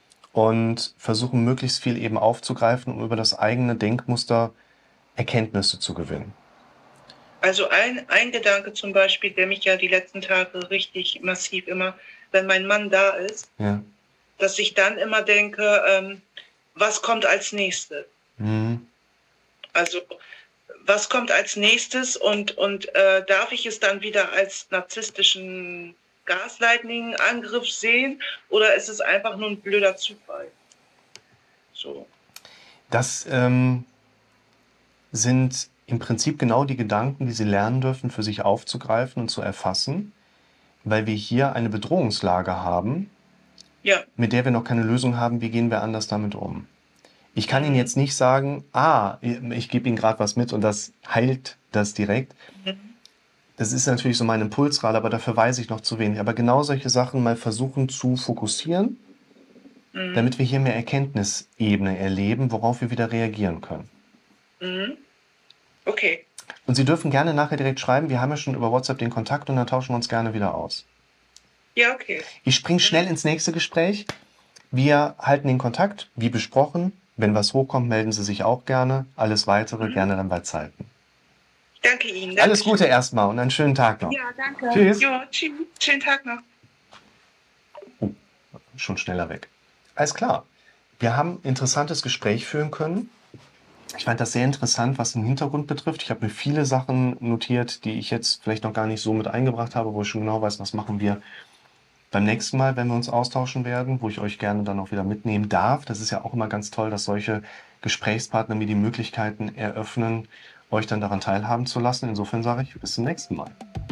und versuchen, möglichst viel eben aufzugreifen, um über das eigene Denkmuster Erkenntnisse zu gewinnen. Also ein, ein Gedanke zum Beispiel, der mich ja die letzten Tage richtig massiv immer, wenn mein Mann da ist, Ja. dass ich dann immer denke, ähm, was kommt als nächstes? Mhm. Also was kommt als nächstes und, und äh, darf ich es dann wieder als narzisstischen Gaslightning-Angriff sehen oder ist es einfach nur ein blöder Zufall? So. Das ähm, sind im Prinzip genau die Gedanken, die Sie lernen dürfen, für sich aufzugreifen und zu erfassen, weil wir hier eine Bedrohungslage haben, Ja. mit der wir noch keine Lösung haben. Wie gehen wir anders damit um? Ich kann Ihnen Mhm. jetzt nicht sagen, ah, ich gebe Ihnen gerade was mit und das heilt das direkt. Mhm. Das ist natürlich so mein Impulsrad, aber dafür weiß ich noch zu wenig. Aber genau solche Sachen mal versuchen zu fokussieren, Mhm. damit wir hier mehr Erkenntnisebene erleben, worauf wir wieder reagieren können. Mhm. Okay. Und Sie dürfen gerne nachher direkt schreiben. Wir haben ja schon über WhatsApp den Kontakt und dann tauschen wir uns gerne wieder aus. Ja, okay. Ich springe schnell ins nächste Gespräch. Wir halten den Kontakt, wie besprochen. Wenn was hochkommt, melden Sie sich auch gerne. Alles Weitere Mhm. gerne dann bei Zeiten. Danke Ihnen. Alles Dankeschön. Gute erstmal und einen schönen Tag noch. Ja, danke. Tschüss. Jo, tschüss. Schönen Tag noch. Oh, schon schneller weg. Alles klar. Wir haben ein interessantes Gespräch führen können. Ich fand das sehr interessant, was den Hintergrund betrifft. Ich habe mir viele Sachen notiert, die ich jetzt vielleicht noch gar nicht so mit eingebracht habe, wo ich schon genau weiß, was machen wir beim nächsten Mal, wenn wir uns austauschen werden, wo ich euch gerne dann auch wieder mitnehmen darf. Das ist ja auch immer ganz toll, dass solche Gesprächspartner mir die Möglichkeiten eröffnen, euch dann daran teilhaben zu lassen. Insofern sage ich, bis zum nächsten Mal.